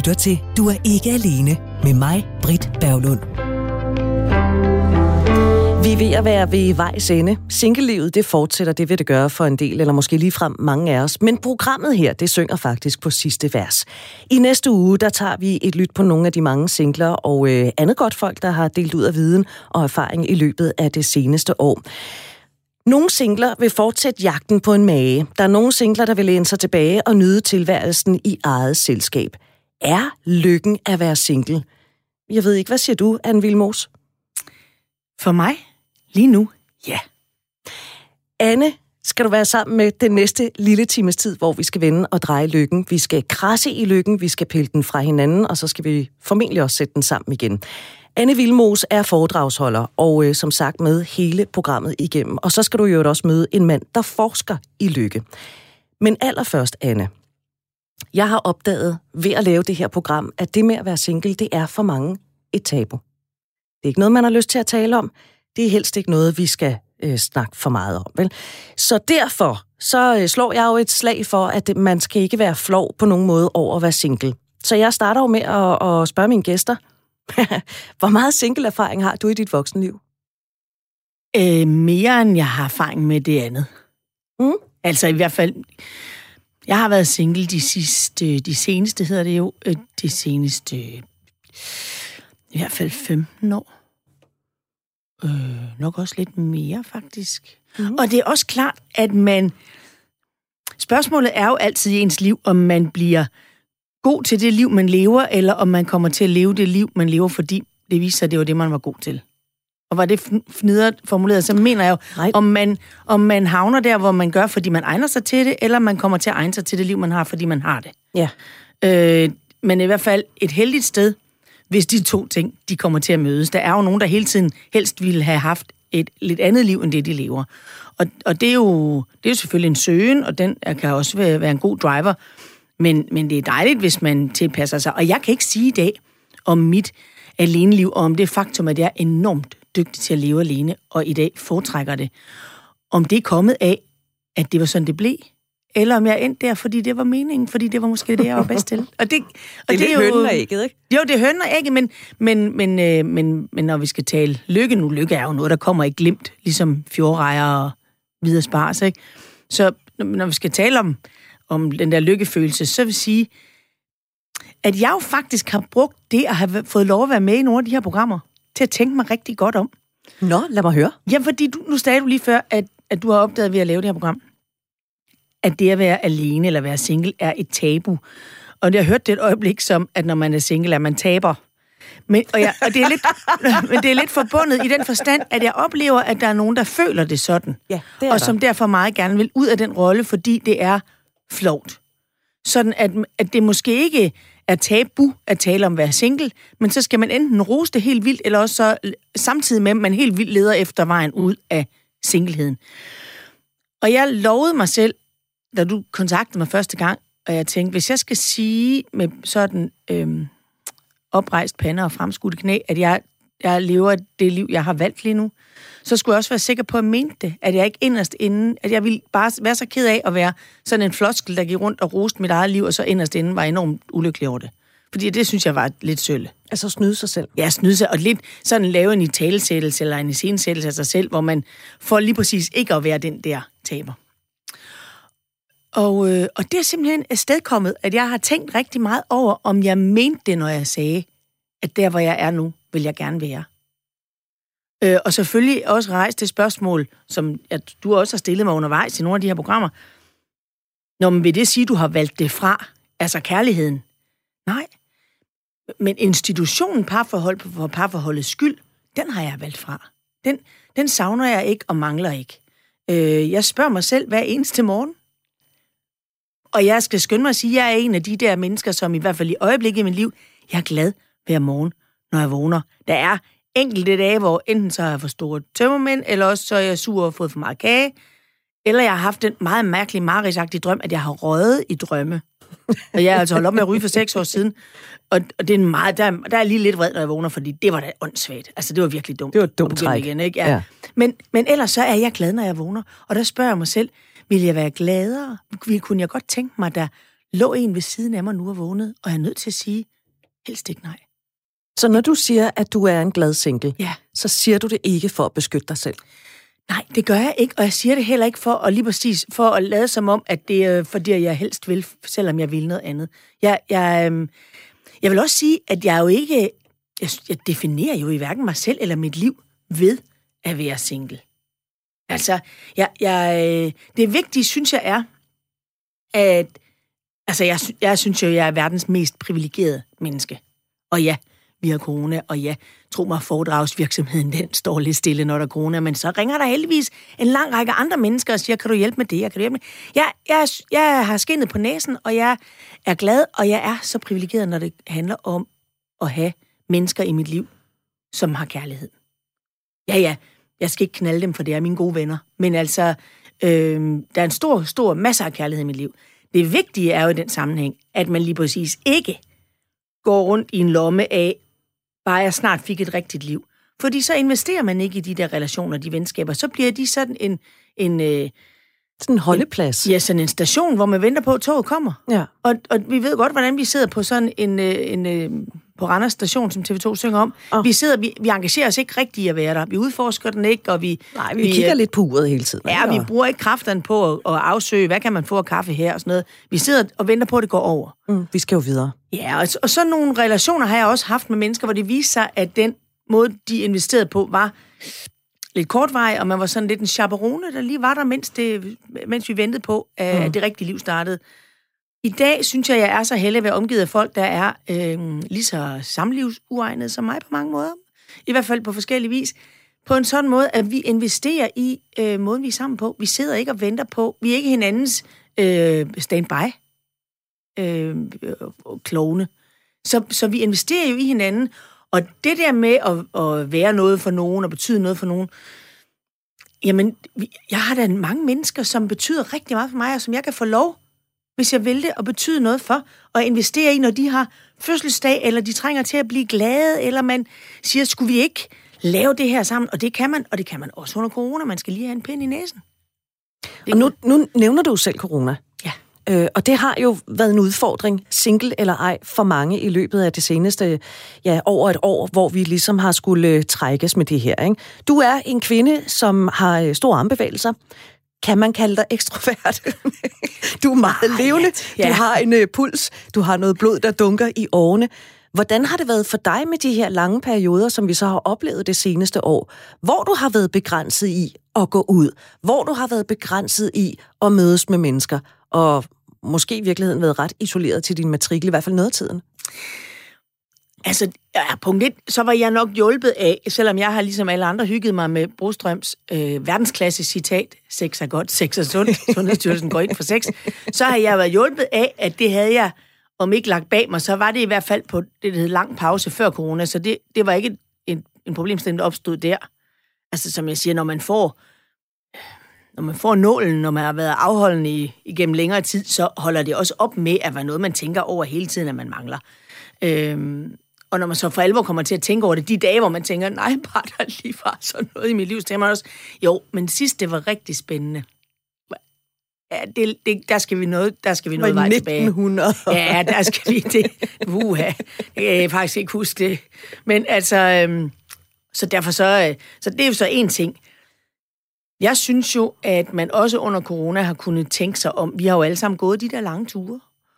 lytter til Du er ikke alene med mig, Britt Berglund. Vi er ved at være ved vejs ende. Singlelivet, det fortsætter, det vil det gøre for en del, eller måske ligefrem mange af os. Men programmet her, det synger faktisk på sidste vers. I næste uge, der tager vi et lyt på nogle af de mange singler og andet godt folk, der har delt ud af viden og erfaring i løbet af det seneste år. Nogle singler vil fortsætte jagten på en mage. Der er nogle singler, der vil læne sig tilbage og nyde tilværelsen i eget selskab. Er lykken at være single? Jeg ved ikke, hvad siger du, Anne Vilmos? For mig? Lige nu? Ja. Anne, skal du være sammen med den næste lille times tid, hvor vi skal vende og dreje lykken. Vi skal krasse i lykken, vi skal pille den fra hinanden, og så skal vi formentlig også sætte den sammen igen. Anne Vilmos er foredragsholder, og som sagt med hele programmet igennem. Og så skal du jo også møde en mand, der forsker i lykke. Men allerførst, Anne, jeg har opdaget ved at lave det her program, at det med at være single, det er for mange et tabu. Det er ikke noget, man har lyst til at tale om. Det er helst ikke noget, vi skal snakke for meget om, vel? Så derfor så slår jeg jo et slag for, at man skal ikke være flov på nogen måde over at være single. Så jeg starter jo med at spørge mine gæster, hvor meget single-erfaring har du i dit voksenliv? Mere end jeg har erfaring med det andet. Altså i hvert fald, jeg har været single de seneste, hedder det jo, de seneste, i hvert fald 15 år. Nok også lidt mere, faktisk. Og det er også klart, at spørgsmålet er jo altid i ens liv, om man bliver god til det liv, man lever, eller om man kommer til at leve det liv, man lever, fordi det viser sig, at det var det, man var god til. Og var det fnidret formuleret, så mener jeg jo, om man havner der, hvor man gør, fordi man egner sig til det, eller man kommer til at egne sig til det liv, man har, fordi man har det. Ja. Men i hvert fald et heldigt sted, hvis de to ting, de kommer til at mødes. Der er jo nogen, der hele tiden helst ville have haft et lidt andet liv, end det, de lever. Og det er jo selvfølgelig en søgen, og den kan også være en god driver. Men det er dejligt, hvis man tilpasser sig. Og jeg kan ikke sige i dag om mit aleneliv, og om det faktum, at jeg er enormt dygtig til at leve alene, og i dag foretrækker det. Om det er kommet af, at det var sådan, det blev, eller om jeg endte der, fordi det var meningen, fordi det var måske det, jeg var bedst til. Og det er lidt hønnen og ægget, ikke? Jo, det er hønnen og ægget, men når vi skal tale lykke nu, lykke er jo noget, der kommer i glimt, ligesom fjordrejer og videre spars, ikke? Så når vi skal tale om den der lykkefølelse, så vil jeg sige, at jeg jo faktisk har brugt det at have fået lov at være med i nogle af de her programmer, til at tænke mig rigtig godt om. Nå, lad mig høre. Ja, fordi nu sagde du lige før, at du har opdaget ved at lave det her program, at det at være alene eller være single er et tabu. Og jeg har hørt det et øjeblik som, at når man er single, er man taber. Men det er lidt forbundet i den forstand, at jeg oplever, at der er nogen, der føler det sådan. Ja, det er og som derfor meget gerne vil ud af den rolle, fordi det er flovt. Sådan at det måske ikke er tabu at tale om at være single, men så skal man enten rose det helt vildt, eller også så, samtidig med, at man helt vildt leder efter vejen ud af singleheden. Og jeg lovede mig selv, da du kontaktede mig første gang, og jeg tænkte, hvis jeg skal sige med sådan oprejst pande og fremskudte knæ, at jeg lever det liv, jeg har valgt lige nu, så skulle jeg også være sikker på, at jeg mente det. At jeg ikke inderst inden, at jeg ville bare være så ked af at være sådan en floskel, der gik rundt og roste mit eget liv, og så inderst inden var enormt ulykkelig over det. Fordi det synes jeg var lidt sølle. Altså snyde sig selv? Ja, snyde sig, og lidt sådan lave en italesættelse eller en iscenesættelse af sig selv, hvor man får lige præcis ikke at være den der taber. Og det er simpelthen afstedkommet, at jeg har tænkt rigtig meget over, om jeg mente det, når jeg sagde, at der, hvor jeg er nu, vil jeg gerne være. Og selvfølgelig også rejse det spørgsmål, som du også har stillet mig undervejs i nogle af de her programmer. Nå, men vil det sige, at du har valgt det fra? Altså kærligheden? Nej. Men institutionen parforhold for parforholdets skyld, den har jeg valgt fra. Den savner jeg ikke og mangler ikke. Jeg spørger mig selv hver eneste morgen. Og jeg skal skynde mig at sige, at jeg er en af de der mennesker, som i hvert fald i øjeblikket i mit liv, jeg er glad hver morgen, når jeg vågner. Der er enkelte dage, hvor enten så har jeg for store tømmermænd, eller også så er jeg sur og fået for meget kage, eller jeg har haft den meget mærkelige mareridtsagtige drøm, at jeg har røget i drømme. Og jeg har altså holdt op med at ryge for 6 år siden. Og det er en meget, der er lige lidt vred, når jeg vågner, fordi det var da åndssvagt. Altså, det var virkelig dumt. Det var dumt træk. Igen, ikke? Ja. Men ellers så er jeg glad, når jeg vågner. Og der spørger jeg mig selv, vil jeg være gladere? Kunne jeg godt tænke mig, der lå en ved siden af mig nu og vågnede, og jeg er nødt til at sige, helst ikke nej. Så når du siger, at du er en glad single, Ja. så siger du det ikke for at beskytte dig selv? Nej, det gør jeg ikke, og jeg siger det heller ikke for at lige præcis for at lade som om, at det er fordi, jeg helst vil, selvom jeg vil noget andet. Jeg vil også sige, at jeg jo ikke... Jeg definerer jo i hverken mig selv eller mit liv ved at være single. Altså, det vigtige, synes jeg, er, at... Altså, jeg synes jo, jeg er verdens mest privilegerede menneske. Og ja, vi har corona, og ja, tro mig, foredragsvirksomheden, den står lidt stille, når der er corona, men så ringer der heldigvis en lang række andre mennesker og siger, kan du hjælpe med det, kan du hjælpe med... Jeg har skinnet på næsen, og jeg er glad, og jeg er så privilegeret, når det handler om at have mennesker i mit liv, som har kærlighed. Ja, jeg skal ikke knalde dem, for det er mine gode venner, men altså, der er en stor masse af kærlighed i mit liv. Det vigtige er jo i den sammenhæng, at man lige præcis ikke går rundt i en lomme af, bare jeg snart fik et rigtigt liv. Fordi så investerer man ikke i de der relationer, de venskaber. Så bliver de sådan sådan en holdeplads. Sådan en station, hvor man venter på, at toget kommer. Ja. Og vi ved godt, hvordan vi sidder på sådan en på Randers station, som TV2 synger om. Vi engagerer os ikke rigtigt i at være der. Vi udforsker den ikke, og vi kigger lidt på uret hele tiden. Ja, vi bruger ikke kræfterne på at afsøge, hvad kan man få af kaffe her og sådan noget. Vi sidder og venter på, at det går over. Vi skal jo videre. Ja, og sådan nogle relationer har jeg også haft med mennesker, hvor det viste sig, at den måde, de investerede på, var lidt kortvarig, og man var sådan lidt en chaperone, der lige var der, mens vi ventede på, at det rigtige liv startede. I dag synes jeg er så heldig at være omgivet af folk, der er lige så samlivsuegnede som mig på mange måder. I hvert fald på forskellige vis. På en sådan måde, at vi investerer i måden, vi er sammen på. Vi sidder ikke og venter på. Vi er ikke hinandens standby klovne. Så vi investerer jo i hinanden. Og det der med at være noget for nogen og betyde noget for nogen, jamen, jeg har da mange mennesker, som betyder rigtig meget for mig, og som jeg kan få lov, hvis jeg vil det, at betyde noget for, og investere i, når de har fødselsdag, eller de trænger til at blive glade, eller man siger, skulle vi ikke lave det her sammen? Og det kan man også under corona. Man skal lige have en pind i næsen. Og nu nævner du selv corona. Ja. Og det har jo været en udfordring, single eller ej, for mange i løbet af det seneste, over et år, hvor vi ligesom har skulle trækkes med det her, ikke? Du er en kvinde, som har store armbevægelser. Kan man kalde dig ekstrovert? Du er meget levende. Ja. Du har en puls. Du har noget blod, der dunker i årene. Hvordan har det været for dig med de her lange perioder, som vi så har oplevet det seneste år, hvor du har været begrænset i at gå ud, hvor du har været begrænset i at mødes med mennesker, og måske i virkeligheden været ret isoleret til din matrikel, i hvert fald noget af tiden? Altså, punkt 1, så var jeg nok hjulpet af, selvom jeg har ligesom alle andre hygget mig med Brostrøms verdensklasse citat, sex er godt, sex er sundt, Sundhedsstyrelsen går ind for sex, så har jeg været hjulpet af, at det havde jeg, om ikke lagt bag mig, så var det i hvert fald på det, der hed lang pause før corona, så det var ikke en problemstilling, der opstod der. Altså, som jeg siger, når man får nålen, når man har været afholdende igennem længere tid, så holder det også op med at være noget, man tænker over hele tiden, at man mangler. Og når man så for alvor kommer til at tænke over det, de dage, hvor man tænker, nej, bare der lige var sådan noget i mit liv, så tænker man også, jo, men sidst det var rigtig spændende. Ja, der skal vi noget vej tilbage. 1900. Ja, der skal vi det. Jeg kan faktisk ikke huske det. Men altså, så derfor så det er jo så en ting. Jeg synes jo, at man også under corona har kunnet tænke sig om, vi har jo alle sammen gået de der lange ture,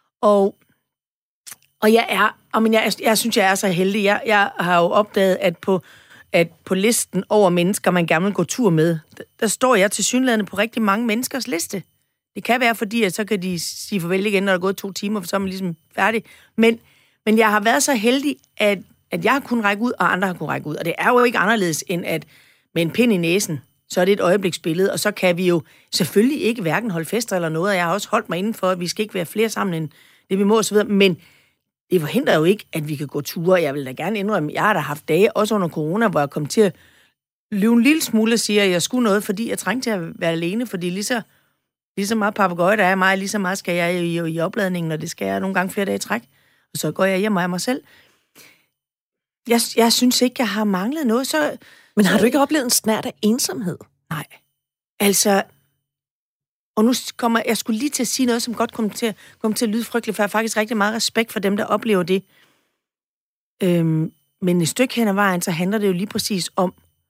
og jeg synes, jeg er så heldig. Jeg har jo opdaget, at på listen over mennesker, man gerne vil gå tur med, der står jeg tilsyneladende på rigtig mange menneskers liste. Det kan være, fordi at så kan de sige farvel igen, når der er gået 2 timer, for så er man ligesom færdig. Men jeg har været så heldig, at jeg har kunnet række ud, og andre har kunnet række ud. Og det er jo ikke anderledes, end at med en pind i næsen, så er det et øjebliksbillede, og så kan vi jo selvfølgelig ikke hverken holde fester eller noget, og jeg har også holdt mig inden for, at vi skal ikke være flere sammen end det, vi må osv., men det forhindrer jo ikke, at vi kan gå ture. Jeg vil da gerne indrømme, jeg har da haft dage, også under corona, hvor jeg kom til at løbe en lille smule og sige, at jeg skulle noget, fordi jeg trængte til at være alene, fordi lige så meget papegøje, der er mig, lige så meget skal jeg i opladningen, og det skal jeg nogle gange flere dage i træk. Og så går jeg hjem af mig selv. Jeg synes ikke, jeg har manglet noget. Men har du ikke oplevet en snert af ensomhed? Nej. Altså, Og nu kommer jeg skulle lige til at sige noget, som godt kommer til at lyde frygteligt, for jeg har faktisk rigtig meget respekt for dem, der oplever det. Men et stykke hen ad vejen, så handler det jo lige præcis om,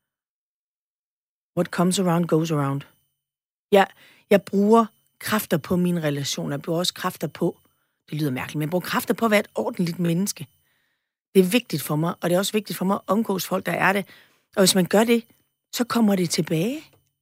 what comes around, goes around. Jeg bruger kræfter på mine relationer. Jeg bruger også kræfter på, det lyder mærkeligt, men jeg bruger kræfter på at være et ordentligt menneske. Det er vigtigt for mig, og det er også vigtigt for mig at omgås folk, der er det. Og hvis man gør det, så kommer det tilbage.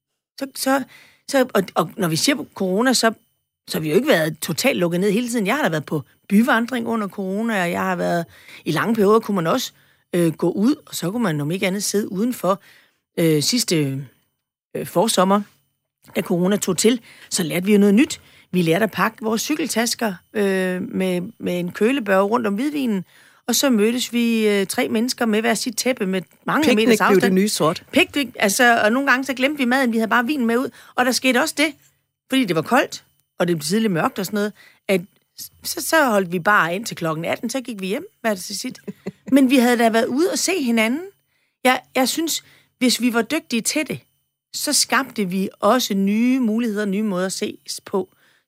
Og når vi siger corona, så har vi jo ikke været totalt lukket ned hele tiden. Jeg har da været på byvandring under corona, og jeg har været i lange perioder, kunne man også gå ud, og så kunne man om ikke andet sidde udenfor. Sidste forsommer, da corona tog til, så lærte vi jo noget nyt. Vi lærte at pakke vores cykeltasker med en kølebørge rundt om hvidvinen, og så mødtes vi 3 mennesker med hver sit tæppe med mange meters afstand. Picnic blev det nye sort. Picnic, altså, og nogle gange så glemte vi maden, vi havde bare vinen med ud, og der skete også det, fordi det var koldt, og det blev tidligt mørkt og sådan noget, at så holdt vi bare ind til klokken 18, så gik vi hjem, hvad det sit. Men vi havde da været ude og se hinanden. Jeg synes, hvis vi var dygtige til det, så skabte vi også nye muligheder, nye måder at ses på.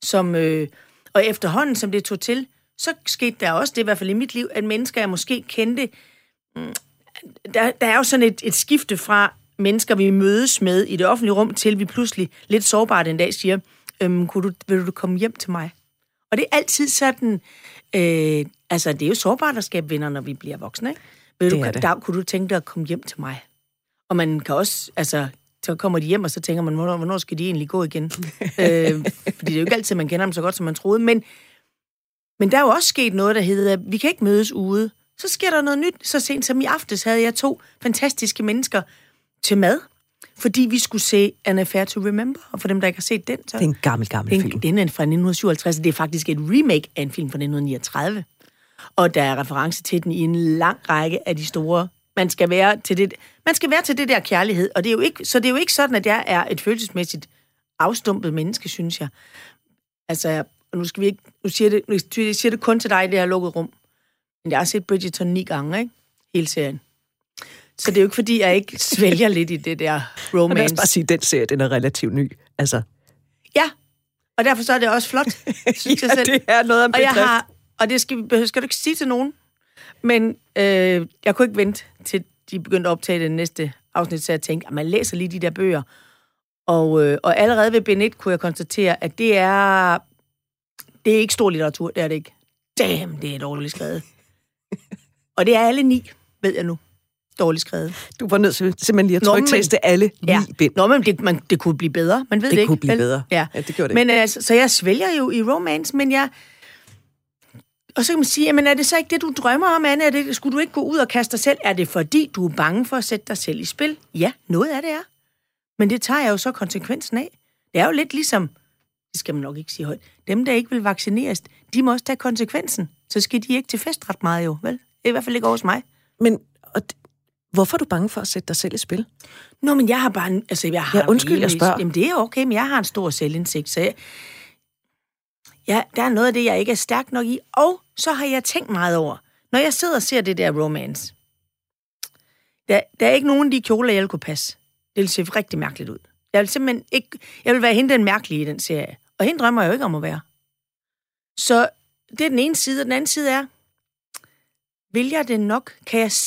Og efterhånden, som det tog til, så skete der også det, i hvert fald i mit liv, at mennesker, jeg måske kendte, der er jo sådan et skifte fra mennesker, vi mødes med i det offentlige rum, til vi pludselig lidt sårbart en dag siger, vil du komme hjem til mig? Og det er altid sådan, altså det er jo sårbart at skabe venner, når vi bliver voksne, ikke? Dag, kunne du tænke dig at komme hjem til mig? Og man kan også, altså, så kommer de hjem, og så tænker man, hvornår skal de egentlig gå igen? Fordi det er jo ikke altid, man kender dem så godt, som man troede. Men der er jo også sket noget, der hedder, vi kan ikke mødes ude. Så sker der noget nyt. Så sent som i aftes havde jeg 2 fantastiske mennesker til mad, fordi vi skulle se An Affair to Remember. Og for dem, der ikke har set den, så... Det er en gammel film. Den er fra 1957, det er faktisk et remake af en film fra 1939. Og der er reference til den i en lang række af de store... Man skal være til det der kærlighed, og det er jo ikke sådan, at jeg er et følelsesmæssigt afstumpet menneske, synes jeg. Altså, nu siger det kun til dig i det her lukket rum. Men jeg har set Bridgerton 9 gange, ikke? Hele serien. Så det er jo ikke, fordi jeg ikke svælger lidt i det der romance. Men lad os bare sige, at den serie, den er relativt ny. Altså. Ja, og derfor så er det også flot, synes jeg selv. Det er noget om bedrift. Og det skal du ikke sige til nogen. Men jeg kunne ikke vente, til de begyndte at optage det næste afsnit, så jeg tænkte, at man læser lige de der bøger. Og allerede ved bind 1 kunne jeg konstatere, at det er ikke stor litteratur, det er det ikke. Damn, det er dårligt skrevet. Og det er alle 9, ved jeg nu. Dårligt skrevet. Du var nødt til simpelthen lige at tryktekste alle 9 bind. Nå, men det kunne blive bedre. Man ved det ikke. Det kunne blive bedre. Ja, det gjorde det. Men altså, så jeg svælger jo i romance, men jeg... Og så kan man sige, jamen er det så ikke det, du drømmer om, Anne? Skulle du ikke gå ud og kaste dig selv? Er det fordi, du er bange for at sætte dig selv i spil? Ja, noget af det er. Men det tager jeg jo så konsekvensen af. Det er jo lidt ligesom, det skal man nok ikke sige højt, dem, der ikke vil vaccineres, de må også tage konsekvensen. Så skal de ikke til fest ret meget jo, vel? I hvert fald ikke hos mig. Men hvorfor er du bange for at sætte dig selv i spil? Nå, men jeg har bare... Altså, jeg spørger. Jamen, det er okay, men jeg har en stor selvindsigt, så der er noget af det, jeg ikke er stærk nok i. Og så har jeg tænkt meget over, når jeg sidder og ser det der romance, der er ikke nogen af de kjoler, jeg kunne passe. Det vil se rigtig mærkeligt ud. Jeg vil simpelthen ikke... Jeg vil være hende den mærkelige i den serie. Og hende drømmer jeg jo ikke om at være. Så det er den ene side, og den anden side er, vil jeg det nok? Kan jeg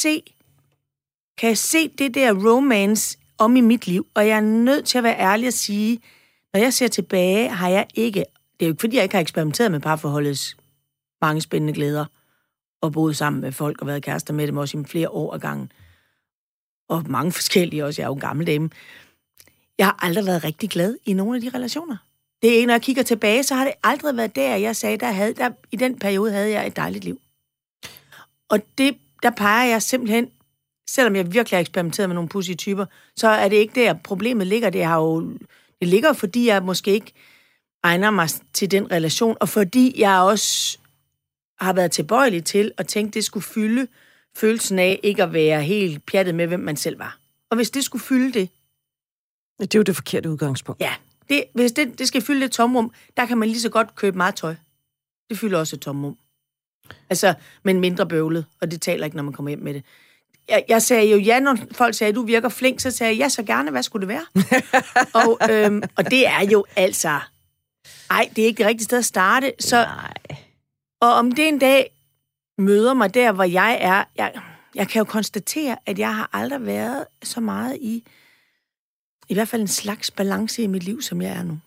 se det der romance om i mit liv? Og jeg er nødt til at være ærlig og sige, når jeg ser tilbage, har jeg ikke... Det er jo ikke, fordi jeg ikke har eksperimenteret med parforholdets mange spændende glæder, og boet sammen med folk og været kærester med dem også i flere år ad gangen. Og mange forskellige også. Jeg er jo en gammel dame. Jeg har aldrig været rigtig glad i nogle af de relationer. Det er, når jeg kigger tilbage, så har det aldrig været der, jeg sagde, i den periode havde jeg et dejligt liv. Og der peger jeg simpelthen, selvom jeg virkelig har eksperimenteret med nogle pudsige typer, så er det ikke der, problemet ligger. Det ligger, fordi jeg måske ikke egner mig til den relation, og fordi jeg også har været tilbøjelig til at tænke, det skulle fylde følelsen af ikke at være helt pjattet med, hvem man selv var. Og hvis det skulle fylde det... Det er jo det forkerte udgangspunkt. Ja, hvis det skal fylde et tomrum, der kan man lige så godt købe meget tøj. Det fylder også et tomrum. Altså, men mindre bøvlet, og det taler ikke, når man kommer hjem med det. Jeg sagde jo ja, når folk sagde, du virker flink, så sagde jeg ja, så gerne, hvad skulle det være? Og det er jo altså Nej, det er ikke det rigtige sted at starte. Så, Nej. og om det en dag møder mig der, hvor jeg er... Jeg kan jo konstatere, at jeg har aldrig været så meget i hvert fald en slags balance i mit liv, som jeg er nu.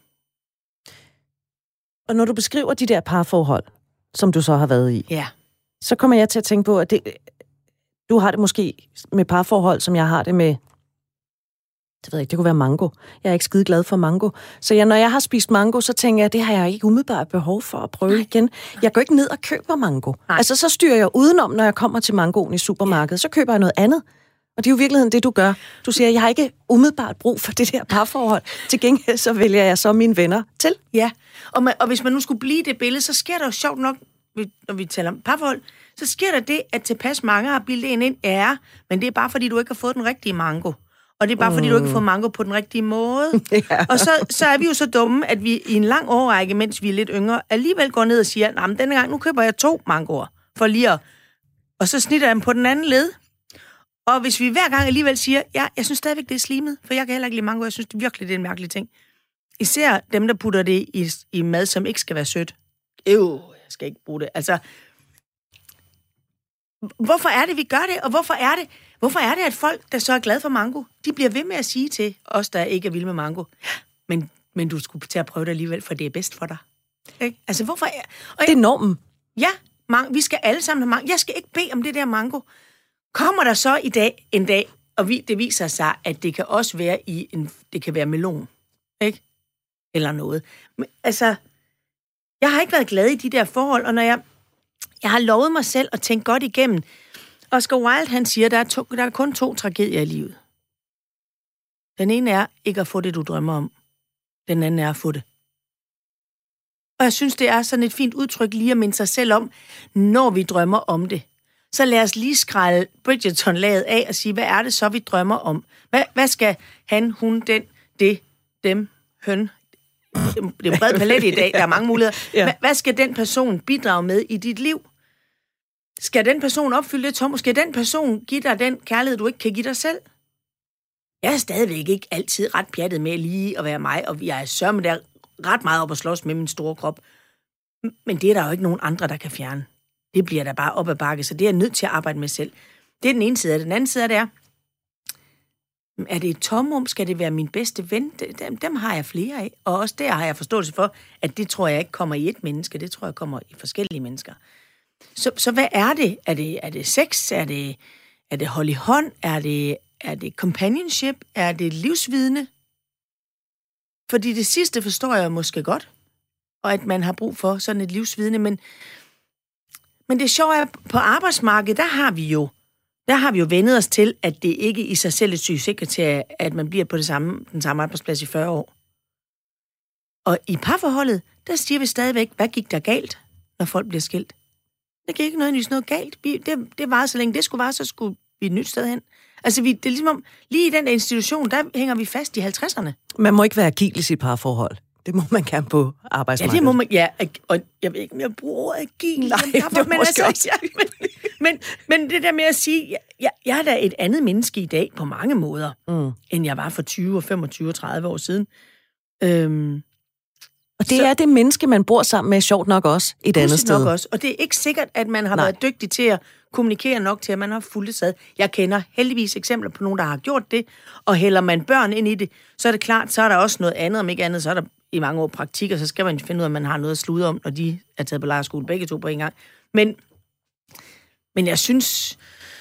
Og når du beskriver de der parforhold, som du så har været i, Ja. så kommer jeg til at tænke på, at du har det måske med parforhold, som jeg har det med, det ved jeg ikke, det kunne være mango. Jeg er ikke skide glad for mango. Så når jeg har spist mango, så tænker jeg, det har jeg ikke umiddelbart behov for at prøve igen. Jeg går ikke ned og køber mango. Nej. Altså, så styrer jeg udenom, når jeg kommer til mangoen i supermarkedet. Så køber jeg noget andet. Og det er jo i virkeligheden det, du gør. Du siger, jeg har ikke umiddelbart brug for det der parforhold. Til gengæld, så vælger jeg så mine venner til. Ja, og hvis man nu skulle blive det billede, så sker der jo sjovt nok, når vi taler om parforhold, så sker der det, at tilpas mange har bildet en ind, men det er bare, fordi du ikke har fået den rigtige mango. Og det er bare, fordi du ikke har fået mango på den rigtige måde. Ja. Og så er vi jo så dumme, at vi i en lang årrække, mens vi er lidt yngre, alligevel går ned og siger, nej, men denne gang, nu køber jeg 2 mangoer for lige at... Og så snitter jeg dem på den anden led. Og hvis vi hver gang alligevel siger, ja, jeg synes stadigvæk, det er slimet, for jeg kan heller ikke lide mango, jeg synes det virkelig, det er en mærkelig ting. Især dem, der putter det i mad, som ikke skal være sødt. Jeg skal ikke bruge det. Altså, hvorfor er det, vi gør det? Og hvorfor er det, at folk, der så er glade for mango, de bliver ved med at sige til os, der ikke er vilde med mango, men du skulle til at prøve det alligevel, for det er bedst for dig. Ikke? Altså, hvorfor er... Det er normen. Ja, vi skal alle sammen have mango. Jeg skal ikke bede om det der mango. Kommer der så en dag, og det viser sig, at det kan også være det kan være melon, ikke? Eller noget. Men, altså, jeg har ikke været glad i de der forhold, og når jeg har lovet mig selv at tænke godt igennem. Oscar Wilde, han siger, der er kun 2 tragedier i livet. Den ene er ikke at få det, du drømmer om. Den anden er at få det. Og jeg synes, det er sådan et fint udtryk lige at minde sig selv om, når vi drømmer om det. Så lad os lige skrælle Bridgerton-laget af og sige, hvad er det så, vi drømmer om? Hvad skal han, hun, den, det, dem, høn? Det er en bred palet i dag, der er mange muligheder. Ja. Hvad skal den person bidrage med i dit liv? Skal den person opfylde det tom? Skal den person give dig den kærlighed, du ikke kan give dig selv? Jeg er stadigvæk ikke altid ret pjattet med lige at være mig, og jeg er sørme der ret meget op at slås med min store krop. Men det er der jo ikke nogen andre, der kan fjerne. Det bliver der bare op ad bakke, så det er jeg nødt til at arbejde med selv. Det er den ene side af det. Den anden side af det er det et tomrum? Skal det være min bedste ven? Dem har jeg flere af. Og også der har jeg forståelse for, at det tror jeg ikke kommer i et menneske. Det tror jeg kommer i forskellige mennesker. Så hvad er det? Er det sex? Er det hold i hånd? Er det companionship? Er det livsvidne? Fordi det sidste forstår jeg måske godt. Og at man har brug for sådan et livsvidne. Men det sjove er, på arbejdsmarkedet, der har vi jo vendet os til, at det ikke i sig selv er succeskriterie, at man bliver på den samme arbejdsplads i 40 år. Og i parforholdet, der siger vi stadigvæk, hvad gik der galt, når folk bliver skilt? Der gik ikke noget galt. Det var så længe det skulle være, så skulle vi et nyt sted hen. Altså, det er ligesom, lige i den der institution, der hænger vi fast i 50'erne. Man må ikke være agil i sit parforhold. Det må man gerne på arbejdsmarkedet. Ja, det må man, ja. Og jeg ved ikke, om jeg bruger ordet agil. Nej, det men altså, også. Ja, men det der med at sige, jeg er da et andet menneske i dag på mange måder, end jeg var for 20, 25 og 30 år siden. Og det er det menneske, man bor sammen med, sjovt nok også, et andet sted. Nok også. Og det er ikke sikkert, at man har været dygtig til at kommunikere nok til, at man har fulgt sad. Jeg kender heldigvis eksempler på nogen, der har gjort det, og hælder man børn ind i det, så er det klart, så er der også noget andet, om ikke andet, så er der i mange år praktik, og så skal man finde ud af, at man har noget at slude om, når de er taget på lejrskole begge to på en gang. Men jeg synes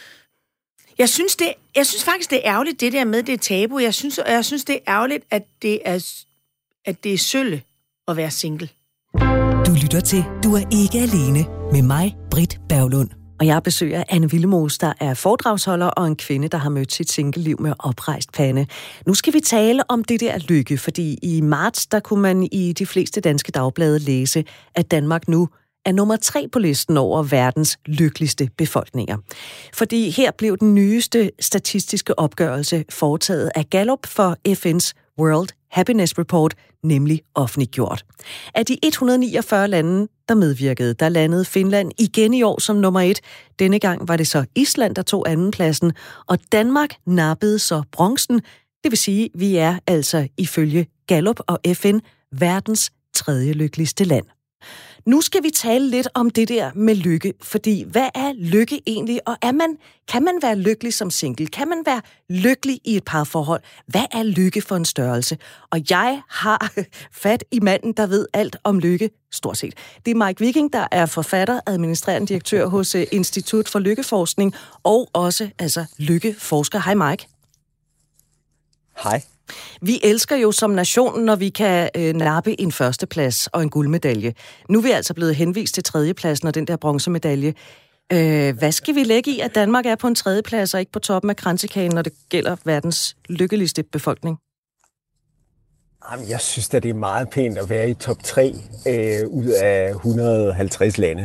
faktisk, det er ærgerligt, det der med, det er tabu. Jeg synes, det er ærgerligt, at det er sølle at være single. Du lytter til Du er ikke alene med mig, Britt Berglund. Og jeg besøger Anne Willemoes, der er foredragsholder og en kvinde, der har mødt sit single-liv med oprejst pande. Nu skal vi tale om det der lykke, fordi i marts, der kunne man i de fleste danske dagblade læse, at Danmark nu er nummer 3 på listen over verdens lykkeligste befolkninger. Fordi her blev den nyeste statistiske opgørelse foretaget af Gallup for FN's World Happiness Report nemlig offentliggjort. Af de 149 lande, der medvirkede, der landede Finland igen i år som nummer 1. Denne gang var det så Island, der tog andenpladsen, og Danmark nappede så bronzen. Det vil sige, vi er altså ifølge Gallup og FN verdens tredje lykkeligste land. Nu skal vi tale lidt om det der med lykke, fordi hvad er lykke egentlig, og kan man være lykkelig som single? Kan man være lykkelig i et parforhold? Hvad er lykke for en størrelse? Og jeg har fat i manden, der ved alt om lykke, stort set. Det er Mike Viking, der er forfatter, administrerende direktør hos Institut for Lykkeforskning, og også lykkeforsker. Hej Mike. Hej. Vi elsker jo som nation, når vi kan nappe en førsteplads og en guldmedalje. Nu er vi altså blevet henvist til tredjepladsen og den der bronzemedalje. Hvad skal vi lægge i, at Danmark er på en tredjeplads og ikke på toppen af kransekagen, når det gælder verdens lykkeligste befolkning? Jamen, jeg synes at det er meget pænt at være i top 3 ud af 150 lande.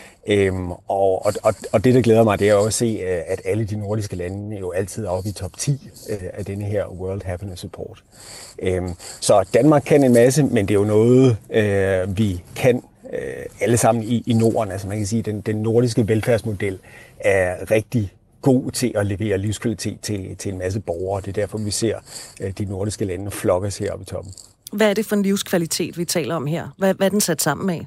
Og det, der glæder mig, det er også at se, at alle de nordiske lande jo altid er oppe i top 10 af denne her World Happiness Report. Så Danmark kan en masse, men det er jo noget, vi kan alle sammen i Norden. Altså man kan sige, at den nordiske velfærdsmodel er rigtig god til at levere livskvalitet til en masse borgere. Det er derfor, vi ser de nordiske lande flokkes heroppe i toppen. Hvad er det for en livskvalitet, vi taler om her? Hvad er den sat sammen med?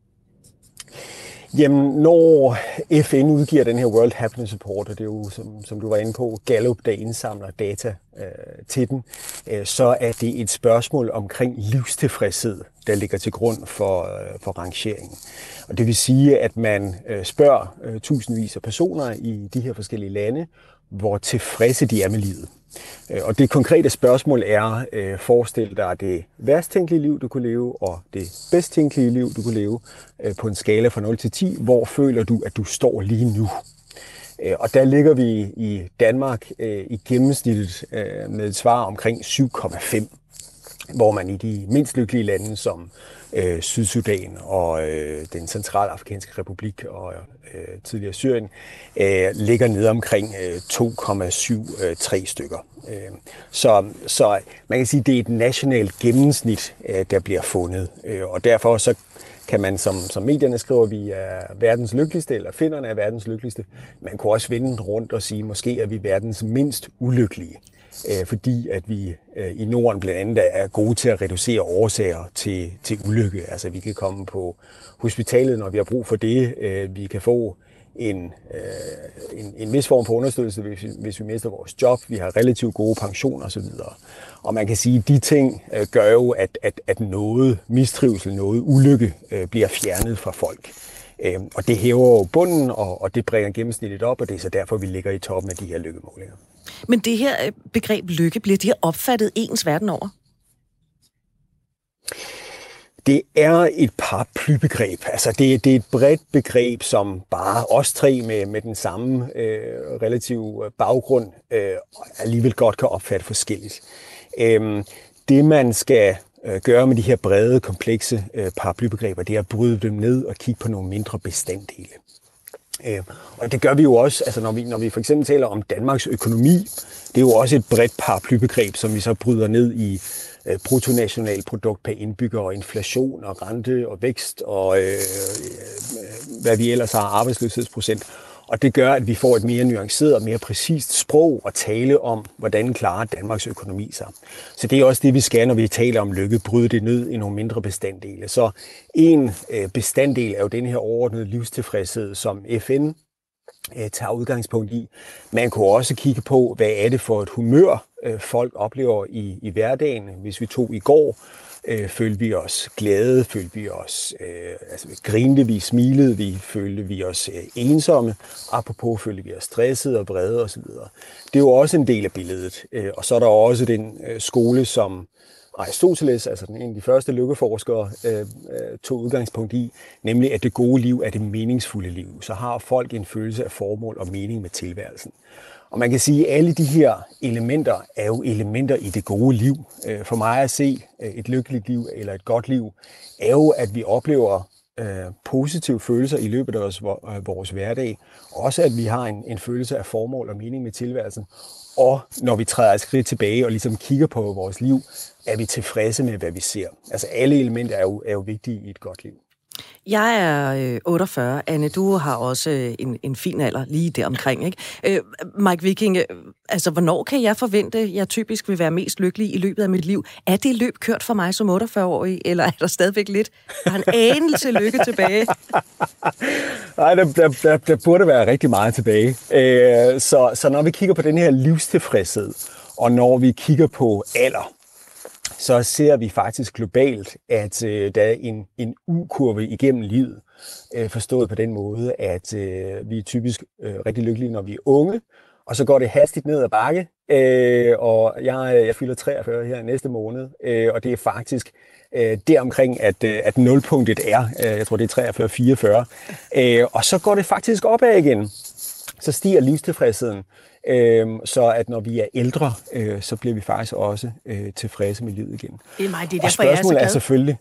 Jamen, når FN udgiver den her World Happiness Report, og det er jo, som du var inde på, Gallup, der indsamler data til den, så er det et spørgsmål omkring livstilfredshed, der ligger til grund for rangeringen. Og det vil sige, at man spørger tusindvis af personer i de her forskellige lande, hvor tilfredse de er med livet. Og det konkrete spørgsmål er, forestil dig det værst tænkelige liv, du kunne leve, og det bedst tænkelige liv, du kunne leve, på en skala fra 0 til 10. Hvor føler du, at du står lige nu? Og der ligger vi i Danmark i gennemsnittet med et svar omkring 7,5, hvor man i de mindst lykkelige lande som Sydsudan og den centralafrikanske republik og tidligere Syrien ligger nede omkring 2,73 stykker. Så man kan sige, at det er et nationalt gennemsnit, der bliver fundet, og derfor så kan man, som medierne skriver, vi er verdens lykkeligste, eller finnerne er verdens lykkeligste. Man kunne også vende rundt og sige, måske er vi verdens mindst ulykkelige, fordi at vi i Norden blandt andet er gode til at reducere årsager til ulykke. Altså vi kan komme på hospitalet, når vi har brug for det. Vi kan få en vis form for understøttelse, hvis vi mister vores job. Vi har relativt gode pensioner osv. Og man kan sige, at de ting gør jo, at noget mistrivsel, noget ulykke bliver fjernet fra folk. Og det hæver jo bunden, og det bringer gennemsnittet op, og det er så derfor, vi ligger i toppen af de her lykkemålinger. Men det her begreb lykke, bliver det opfattet ens verden over? Det er et paraplybegreb. Altså det er et bredt begreb, som bare os tre med den samme relativ baggrund alligevel godt kan opfatte forskelligt. Det man skal gøre med de her brede, komplekse paraplybegreber, det er at bryde dem ned og kigge på nogle mindre bestanddele. Og det gør vi jo også, altså når vi for eksempel taler om Danmarks økonomi, det er jo også et bredt paraplybegreb, som vi så bryder ned i bruttonationalprodukt per indbygger og inflation og rente og vækst og hvad vi ellers har, arbejdsløshedsprocent. Og det gør, at vi får et mere nuanceret og mere præcist sprog at tale om, hvordan klarer Danmarks økonomi sig. Så det er også det, vi skal, når vi taler om lykke, bryde det ned i nogle mindre bestanddele. Så en bestanddel er jo den her overordnede livstilfredshed, som FN tager udgangspunkt i. Man kunne også kigge på, hvad er det for et humør, folk oplever i hverdagen. Hvis vi tog i går, følte vi os glade, følte vi os grinte vi, smilede vi, følte vi os ensomme, apropos følte vi os stressede og vrede osv. Det er jo også en del af billedet. Og så er der også den skole, som Aristoteles, altså en af de første lykkeforskere, tog udgangspunkt i, nemlig at det gode liv er det meningsfulde liv. Så har folk en følelse af formål og mening med tilværelsen. Og man kan sige, at alle de her elementer er jo elementer i det gode liv. For mig at se et lykkeligt liv eller et godt liv, er jo, at vi oplever positive følelser i løbet af vores hverdag. Også at vi har en følelse af formål og mening med tilværelsen. Og når vi træder et skridt tilbage og ligesom kigger på vores liv, er vi tilfredse med, hvad vi ser. Altså alle elementer er jo vigtige i et godt liv. Jeg er 48. Anne, du har også en fin alder lige der omkring, ikke? Mike Viking, altså, hvornår kan jeg forvente, at jeg typisk vil være mest lykkelig i løbet af mit liv? Er det løb kørt for mig som 48-årig, eller er der stadigvæk lidt? Der er en anelse lykke tilbage. Nej, der burde være rigtig meget tilbage. Så når vi kigger på den her livstilfredshed, og når vi kigger på alder, så ser vi faktisk globalt, at der er en U-kurve igennem livet, forstået på den måde, at vi er typisk rigtig lykkelige, når vi er unge, og så går det hastigt ned ad bakke, og jeg fylder 43 her næste måned, og det er faktisk deromkring, at nulpunktet er, jeg tror det er 43-44, og så går det faktisk opad igen. Så stiger livstilfredsheden, så at når vi er ældre, så bliver vi faktisk også tilfredse med livet igen. Det er mig, det er og derfor, jeg er så spørgsmålet glad. er selvfølgelig...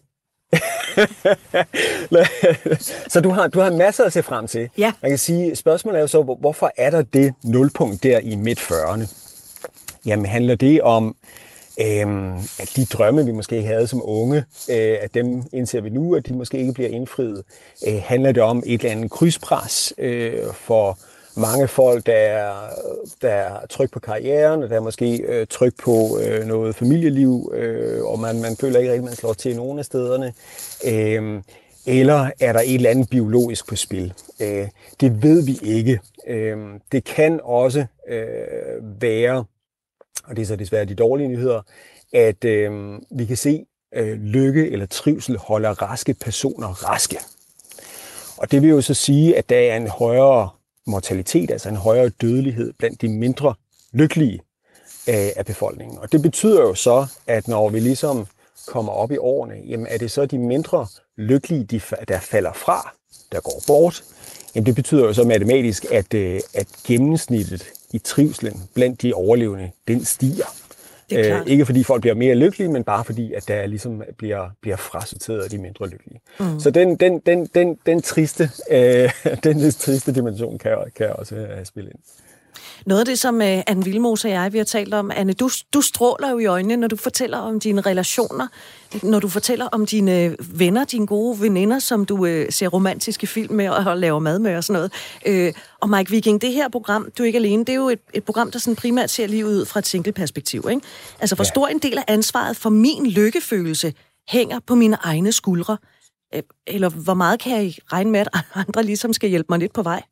Så du har masser at se frem til. Ja. Man kan sige, spørgsmålet er jo så, hvorfor er der det nulpunkt der i midt-40'erne? Jamen handler det om, at de drømme, vi måske havde som unge, at dem indser vi nu, at de måske ikke bliver indfriet. Handler det om et eller andet krydspres for mange folk, der er tryk på karrieren, og der er måske tryk på noget familieliv, og man føler ikke rigtig, at man slår til nogen af stederne. Eller er der et eller andet biologisk på spil? Det ved vi ikke. Det kan også være, og det er så desværre de dårlige nyheder, at vi kan se, lykke eller trivsel holder raske personer raske. Og det vil jo så sige, at der er en højere mortalitet, altså en højere dødelighed blandt de mindre lykkelige af befolkningen. Og det betyder jo så, at når vi ligesom kommer op i årene, jamen er det så de mindre lykkelige, der falder fra, der går bort? Jamen det betyder jo så matematisk, at gennemsnittet i trivslen blandt de overlevende, den stiger. Ikke fordi folk bliver mere lykkelige, men bare fordi, at der ligesom bliver frasorteret af de mindre lykkelige. Mm. Så den triste dimension kan også spille ind. Noget af det, som Anne Vilmose og jeg, vi har talt om, Anne, du stråler jo i øjnene, når du fortæller om dine relationer, når du fortæller om dine venner, dine gode veninder, som du ser romantiske film med og laver mad med og sådan noget. Og Mike Viking, det her program, Du er ikke alene, det er jo et program, der sådan primært ser livet ud fra et single-perspektiv, ikke? Altså, hvor stor en del af ansvaret for min lykkefølelse hænger på mine egne skuldre? Eller hvor meget kan jeg regne med, at andre ligesom skal hjælpe mig lidt på vej?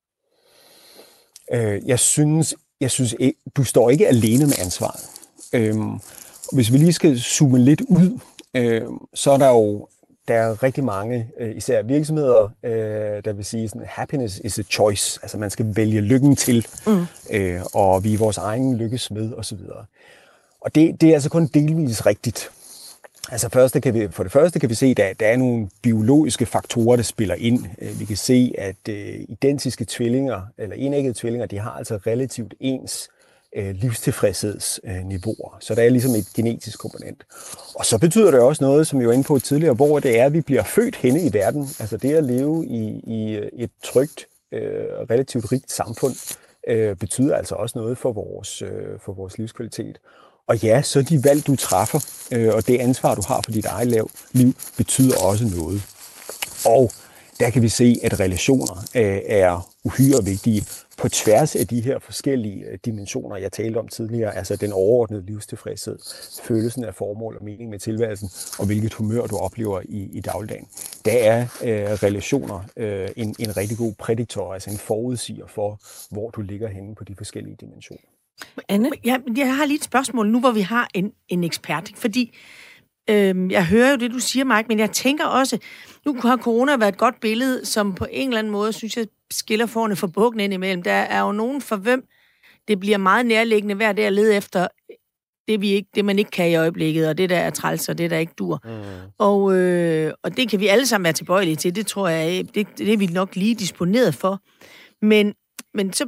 Jeg synes ikke, du står ikke alene med ansvaret. Hvis vi lige skal zoome lidt ud, så er der er rigtig mange, især virksomheder, der vil sige sådan, happiness is a choice. Altså man skal vælge lykken til, og vi er vores egen lykkesmed osv. Og det er altså kun delvis rigtigt. Altså for det første kan vi se, at der er nogle biologiske faktorer, der spiller ind. Vi kan se, at identiske tvillinger, eller enæggede tvillinger, de har altså relativt ens livstilfredshedsniveauer. Så der er ligesom et genetisk komponent. Og så betyder det også noget, som vi var inde på tidligere, hvor det er, at vi bliver født henne i verden. Altså det at leve i et trygt, relativt rigt samfund, betyder altså også noget for vores livskvalitet. Og ja, så de valg, du træffer, og det ansvar, du har for dit eget liv, betyder også noget. Og der kan vi se, at relationer er uhyre vigtige på tværs af de her forskellige dimensioner, jeg talte om tidligere. Altså den overordnede livstilfredshed, følelsen af formål og mening med tilværelsen, og hvilket humør du oplever i dagligdagen. Der er relationer en rigtig god prædiktor, altså en forudsiger for, hvor du ligger henne på de forskellige dimensioner. Anne? Jeg har lige et spørgsmål nu, hvor vi har en ekspert, fordi jeg hører jo det, du siger, Mike, men jeg tænker også, nu har corona været et godt billede, som på en eller anden måde, synes jeg, skiller forne for bukken ind imellem. Der er jo nogen, for hvem det bliver meget nærliggende hver dag at lede efter det, man ikke kan i øjeblikket, og det, der er træls, og det, der ikke dur. Mm. Og det kan vi alle sammen være tilbøjelige til. Det tror jeg, det er vi nok lige disponeret for. Men så...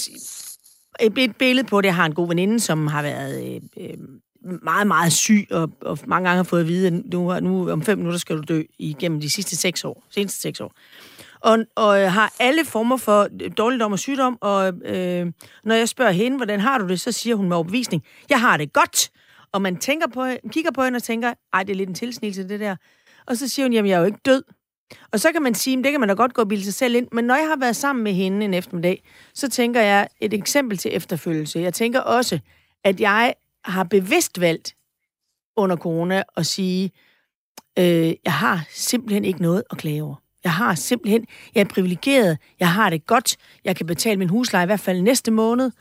Et billede på det har en god veninde, som har været meget, meget syg, og mange gange har fået at vide, at nu om 5 minutter skal du dø igennem de seneste 6 år. Og har alle former for dårligdom og sygdom, og når jeg spørger hende, hvordan har du det, så siger hun med overbevisning, jeg har det godt. Og man kigger på hende og tænker, ej, det er lidt en tilsnigelse, det der. Og så siger hun, jamen, jeg er jo ikke død. Og så kan man sige, det kan man da godt gå og bilde sig selv ind, men når jeg har været sammen med hende en eftermiddag, så tænker jeg et eksempel til efterfølgelse. Jeg tænker også, at jeg har bevidst valgt under corona at sige, jeg har simpelthen ikke noget at klage over. Jeg er privilegeret, jeg har det godt, jeg kan betale min husleje i hvert fald næste måned,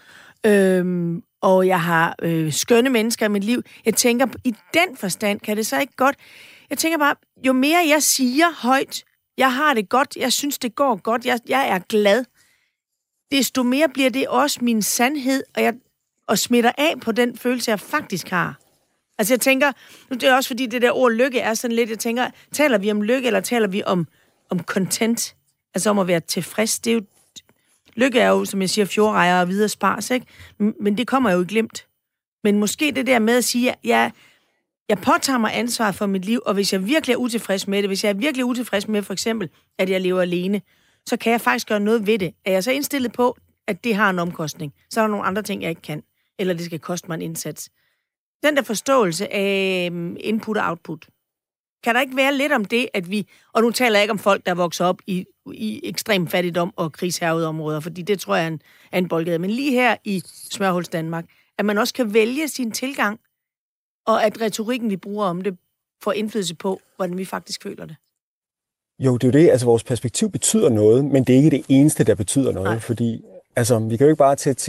og jeg har skønne mennesker i mit liv. Jeg tænker, i den forstand kan det så ikke godt. Jeg tænker bare, jo mere jeg siger højt, jeg har det godt, jeg synes, det går godt, jeg er glad, desto mere bliver det også min sandhed, og smitter af på den følelse, jeg faktisk har. Altså jeg tænker, nu det er også fordi det der ord lykke er sådan lidt, jeg tænker, taler vi om lykke, eller taler vi om content? Altså om at være tilfreds. Det er jo, lykke er jo, som jeg siger, fjordrejer og videre spars, ikke? Men det kommer jo i glimt. Men måske det der med at sige, jeg påtager mig ansvar for mit liv, og hvis jeg virkelig er utilfreds med det, hvis jeg er virkelig utilfreds med for eksempel, at jeg lever alene, så kan jeg faktisk gøre noget ved det. Er jeg så indstillet på, at det har en omkostning, så er der nogle andre ting, jeg ikke kan, eller det skal koste mig en indsats. Den der forståelse af input og output. Kan der ikke være lidt om det, at vi, og nu taler jeg ikke om folk, der vokser op i ekstrem fattigdom og krigshærgede områder, fordi det tror jeg er en boldgade, men lige her i Smørhuls Danmark, at man også kan vælge sin tilgang, og at retorikken, vi bruger om det, får indflydelse på, hvordan vi faktisk føler det. Jo, det er jo det. Altså, vores perspektiv betyder noget, men det er ikke det eneste, der betyder noget. Nej. Fordi altså, vi kan jo ikke bare tage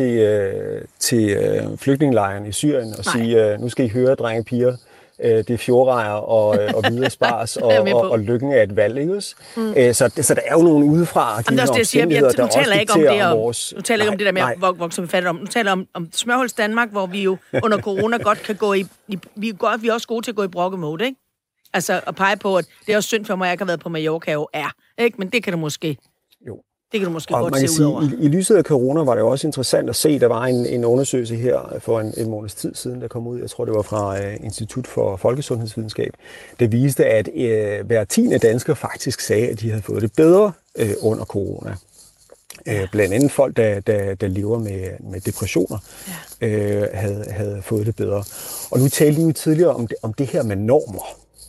til flygtningelejren i Syrien og sige, nu skal I høre, drenge og piger, det er fjordrejer og videre spars, og lykken er et valg, ikke? Så der er jo nogle udefra de her omstændigheder, der også dikterer vores... Nu taler jeg ikke om det der med at vokse med fattigdom. Nu taler jeg om Smørhuls Danmark, hvor vi jo under corona godt kan gå vi er også gode til at gå i brokkemode, ikke? Altså at pege på, at det er også synd for mig, at jeg ikke har været på Mallorca jo ikke? Men det kan du måske... Jo. Det kan du måske godt se ud over. I lyset af corona var det også interessant at se, der var en undersøgelse her for en måneds tid siden, der kom ud, jeg tror det var fra Institut for Folkesundhedsvidenskab, der viste, at hver 10. dansker faktisk sagde, at de havde fået det bedre under corona. Blandt andet folk, der lever med depressioner, havde fået det bedre. Og nu talte vi jo tidligere om det her med normer.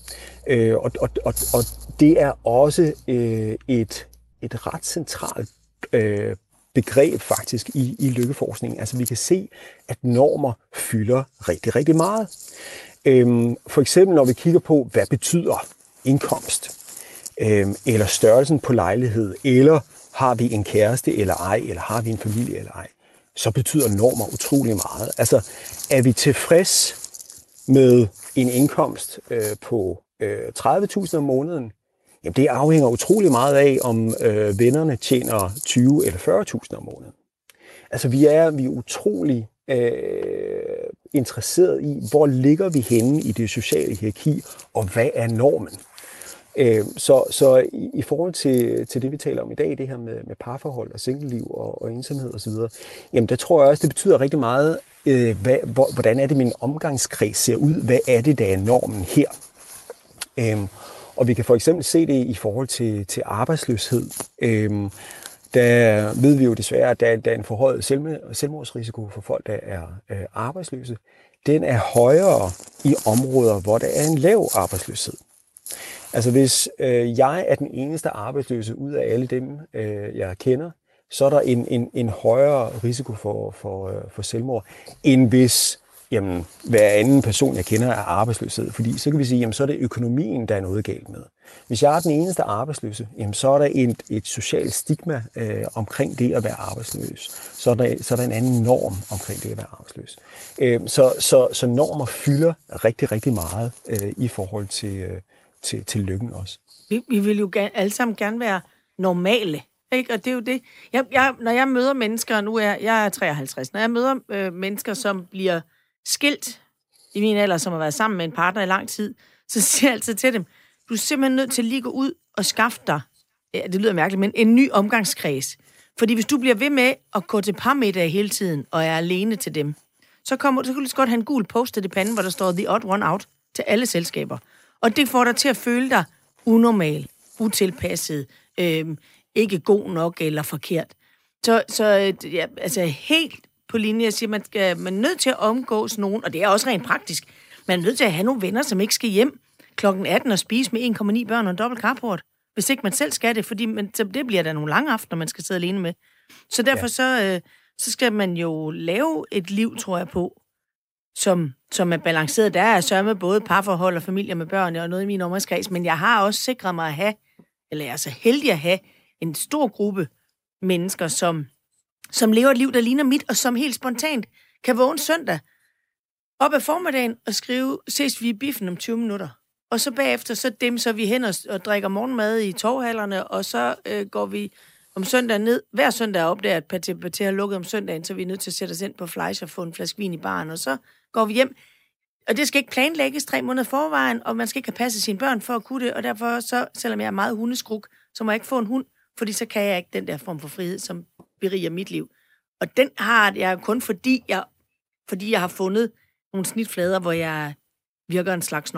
Og det er også et ret centralt begreb faktisk i lykkeforskningen. Altså vi kan se, at normer fylder rigtig, rigtig meget. For eksempel når vi kigger på, hvad betyder indkomst, eller størrelsen på lejlighed, eller har vi en kæreste eller ej, eller har vi en familie eller ej, så betyder normer utrolig meget. Altså er vi tilfreds med en indkomst på 30.000 om måneden, jamen det afhænger utrolig meget af, om vennerne tjener 20 eller 40.000 om måneden. Altså vi er utrolig interesseret i, hvor ligger vi henne i det sociale hierarki, og hvad er normen? Så i forhold til det, vi taler om i dag, det her med parforhold og singleliv og ensomhed osv., jamen der tror jeg også, det betyder rigtig meget, hvordan er det, min omgangskreds ser ud? Hvad er det, der er normen her? Og vi kan for eksempel se det i forhold til arbejdsløshed. Der ved vi jo desværre, at der er en forhøjet selvmordsrisiko for folk, der er arbejdsløse. Den er højere i områder, hvor der er en lav arbejdsløshed. Altså hvis jeg er den eneste arbejdsløse ud af alle dem, jeg kender, så er der en højere risiko for selvmord, end hvis hver anden person, jeg kender, er arbejdsløshed. Fordi så kan vi sige, jamen, så er det økonomien, der er noget galt med. Hvis jeg er den eneste arbejdsløse, jamen, så er der et socialt stigma omkring det at være arbejdsløs. Så er der en anden norm omkring det at være arbejdsløs. Så normer fylder rigtig, rigtig meget i forhold til lykken også. Vi vil jo alle sammen gerne være normale. Ikke? Og det er jo det. Når jeg møder mennesker, nu er jeg 53, når jeg møder mennesker, som bliver skilt i min alder, som har været sammen med en partner i lang tid, så siger jeg altid til dem, du er simpelthen nødt til lige at gå ud og skaffe dig, det lyder mærkeligt, men en ny omgangskreds. Fordi hvis du bliver ved med at gå til parmiddag hele tiden, og er alene til dem, så kan du lige så godt have en gul post-it i panden, hvor der står The Odd One Out til alle selskaber. Og det får dig til at føle dig unormal, utilpasset, ikke god nok eller forkert. Så helt på linje, jeg siger, man er nødt til at omgås nogen, og det er også rent praktisk. Man er nødt til at have nogle venner, som ikke skal hjem kl. 18 og spise med 1,9 børn og en dobbelt carport. hvis ikke man selv skal det, fordi så det bliver der nogle lange aftener, man skal sidde alene med. Så derfor så skal man jo lave et liv, tror jeg på, som er balanceret. Der er sørme både parforhold og familier med børn og noget i min omgangskreds, men jeg har også sikret mig at have, eller jeg er så heldig at have, en stor gruppe mennesker, som lever et liv, der ligner mit, og som helt spontant kan vågne søndag op ad formiddagen og skrive, ses vi i biffen om 20 minutter. Og så bagefter, så dimser vi hen og drikker morgenmad i torvhallerne, og så går vi om søndagen ned. Hver søndag op der, at Paté har lukket om søndagen, så vi er nødt til at sætte os ind på Fleisch og få en flaske vin i baren, og så går vi hjem. Og det skal ikke planlægges 3 måneder forvejen, og man skal ikke have passet sine børn for at kunne det, og derfor, så, selvom jeg er meget hundeskruk, så må jeg ikke få en hund, fordi så kan jeg ikke den der form for frihed, som beriger mit liv. Og den har jeg kun, fordi jeg har fundet nogle snitflader, hvor jeg virker en slags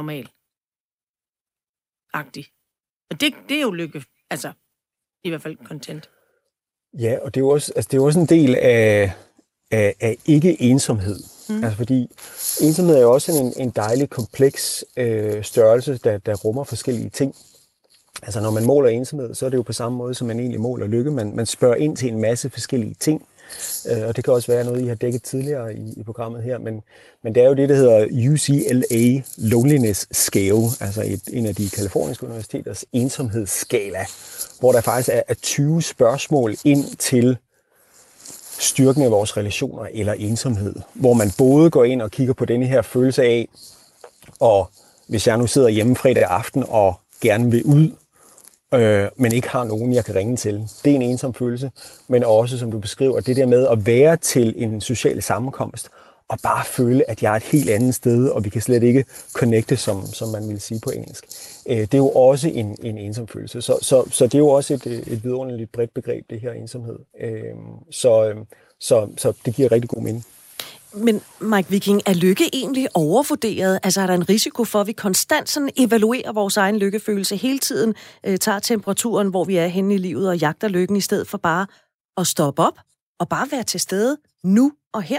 normal-agtig. Og det er jo lykke. Altså, i hvert fald content. Ja, og det er jo også, det er også en del af ikke-ensomhed. Altså fordi ensomhed er jo også en dejlig, kompleks størrelse, der rummer forskellige ting. Altså når man måler ensomhed, så er det jo på samme måde, som man egentlig måler lykke. Man spørger ind til en masse forskellige ting. Og det kan også være noget, I har dækket tidligere i programmet her. Men det er jo det, der hedder UCLA Loneliness Scale, altså en af de kaliforniske universiteters ensomhedsskala, hvor der faktisk er 20 spørgsmål ind til styrken af vores relationer eller ensomhed. Hvor man både går ind og kigger på denne her følelse af, og hvis jeg nu sidder hjemme fredag aften og gerne vil ud, men ikke har nogen, jeg kan ringe til. Det er en ensom følelse, men også, som du beskriver, det der med at være til en social sammenkomst, og bare føle, at jeg er et helt andet sted, og vi kan slet ikke connecte, som man vil sige på engelsk. Det er jo også en ensom følelse. Så det er jo også et vidunderligt bredt begreb, det her ensomhed. Så det giver rigtig god mening. Men Mike Viking, er lykke egentlig overvurderet? Altså er der en risiko for, at vi konstant sådan evaluerer vores egen lykkefølelse hele tiden, tager temperaturen, hvor vi er henne i livet og jagter lykken, i stedet for bare at stoppe op og bare være til stede nu og her?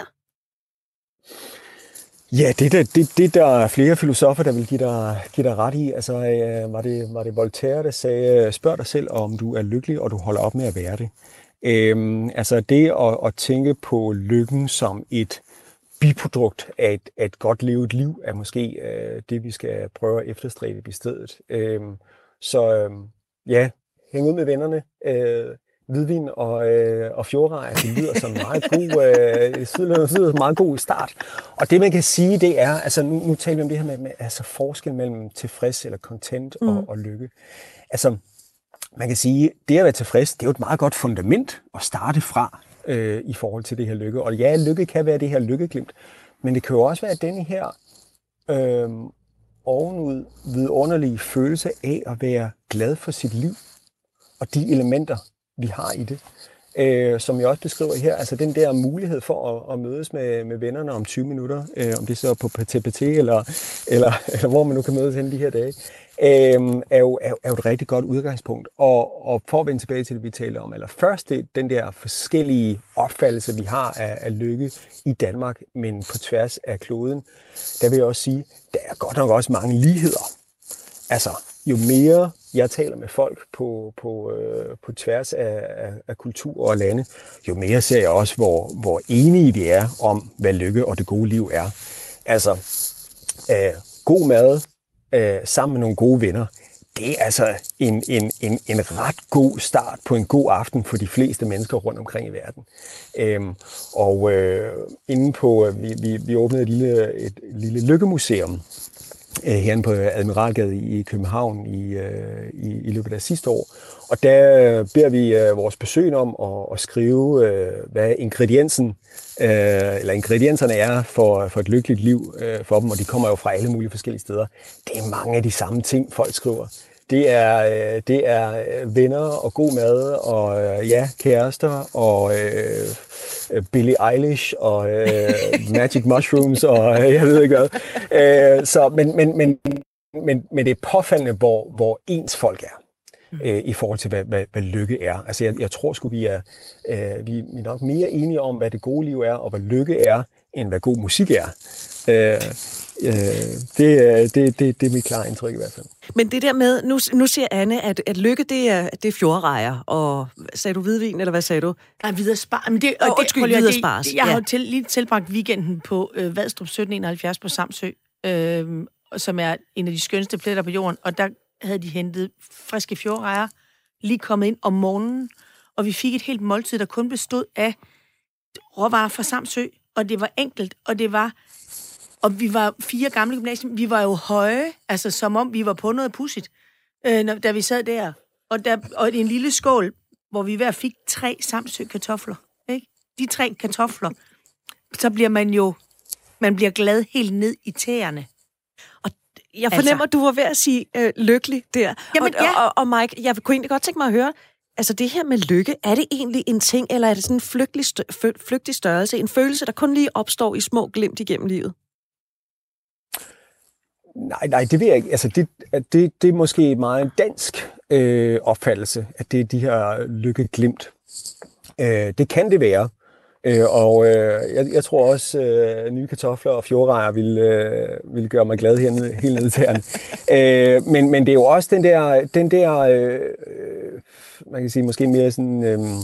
Ja, det der er flere filosofer, der vil give dig ret i. Altså, var det Voltaire, der sagde, spørg dig selv, om du er lykkelig, og du holder op med at være det. Altså det at tænke på lykken som et biprodukt af et godt levet liv, er måske det, vi skal prøve at efterstræbe i stedet. Hæng ud med vennerne. Hvidvin og fjordrejer, det lyder som en meget god start. Og det, man kan sige, det er, altså nu taler vi om det her med altså forskel mellem tilfreds eller content og lykke. Altså, man kan sige, det at være tilfreds, det er jo et meget godt fundament at starte fra i forhold til det her lykke. Og ja, lykke kan være det her lykkeglimt, men det kan jo også være denne her ovenud vidunderlige følelse af at være glad for sit liv og de elementer, vi har i det. Som jeg også beskriver her, altså den der mulighed for at mødes med vennerne om 20 minutter, om det så er på Paté eller hvor man nu kan mødes hen de her dage, er jo et rigtig godt udgangspunkt. Og for at vende tilbage til det, vi taler om, eller først den der forskellige opfattelse, vi har af lykke i Danmark, men på tværs af kloden, der vil jeg også sige, der er godt nok også mange ligheder. Altså, jo mere jeg taler med folk på tværs af kultur og lande, jo mere ser jeg også, hvor enige vi er om, hvad lykke og det gode liv er. Altså, god mad sammen med nogle gode venner, det er altså en ret god start på en god aften for de fleste mennesker rundt omkring i verden. Inde på, vi åbnede et lille lykkemuseum herinde på Admiralgade i København i løbet af sidste år. Og der beder vi vores besøgende om at skrive, hvad ingredienserne er for et lykkeligt liv for dem, og de kommer jo fra alle mulige forskellige steder. Det er mange af de samme ting, folk skriver. Det er venner og god mad og kærester og Billie Eilish og Magic Mushrooms og jeg ved ikke hvad. Men det er påfaldende, hvor ens folk er i forhold til, hvad lykke er. Altså jeg tror sgu, vi er nok mere enige om, hvad det gode liv er, og hvad lykke er, end hvad god musik er. Det er mit klare indtryk i hvert fald. Men det der med, nu siger Anne, at lykke, det er fjordrejer, og sagde du hvidvin, eller hvad sagde du? Nej, Viderspar. Jeg har jo lige tilbragt weekenden på Vadstrup 1771 på Samsø, som er en af de skønneste pletter på jorden, og der havde de hentet friske fjordrejer, lige kommet ind om morgenen, og vi fik et helt måltid, der kun bestod af råvarer fra Samsø, og det var enkelt, og vi var 4 gamle gymnasium, vi var jo høje, altså som om vi var på noget pudsigt, da vi sad der. Og en lille skål, hvor vi hver fik 3 Samsø kartofler. Ikke? De 3 kartofler, så bliver man bliver glad helt ned i tæerne. Og jeg fornemmer, du var ved at sige lykkelig der. Jamen, ja. Og Mike, jeg kunne egentlig godt tænke mig at høre, altså det her med lykke, er det egentlig en ting, eller er det sådan en flygtig størrelse, en følelse, der kun lige opstår i små glimt igennem livet? Nej, det ved jeg ikke. Altså, det er måske meget en dansk opfattelse, at det er de her lykkeglimt. Det kan det være. Og jeg tror også, nye kartofler og fjordrejer ville gøre mig glad helt ned til herne. Men det er jo også den der man kan sige, måske mere sådan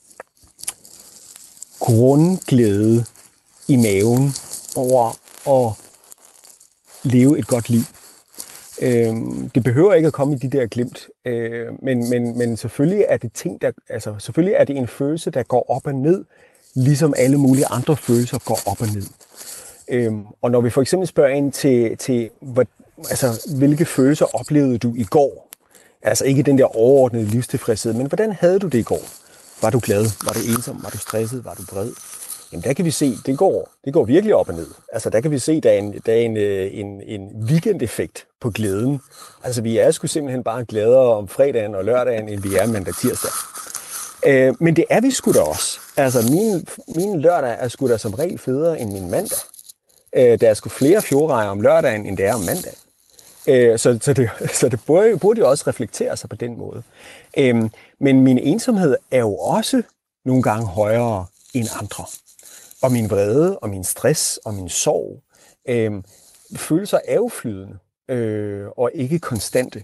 grundglæde i maven over at leve et godt liv. Det behøver ikke at komme i de der glimt, men selvfølgelig er det selvfølgelig er det en følelse, der går op og ned, ligesom alle mulige andre følelser går op og ned. Og når vi for eksempel spørger ind til hvilke følelser oplevede du i går? Altså ikke den der overordnede livstilfredshed, men hvordan havde du det i går? Var du glad? Var du ensom? Var du stresset? Var du vred? Jamen der kan vi se, det går virkelig op og ned. Altså der kan vi se, der er en weekend-effekt på glæden. Altså vi er sgu simpelthen bare gladere om fredagen og lørdagen, end vi er mandag tirsdag. Men det er vi sgu da også. Altså min lørdag er sgu da som regel federe end min mandag. Der er sgu flere fjordrejer om lørdagen, end det er om mandag. Så det burde jo også reflektere sig på den måde. Men min ensomhed er jo også nogle gange højere end andre. Og min vrede, og min stress, og min sorg. Følelser er jo flydende, og ikke konstante.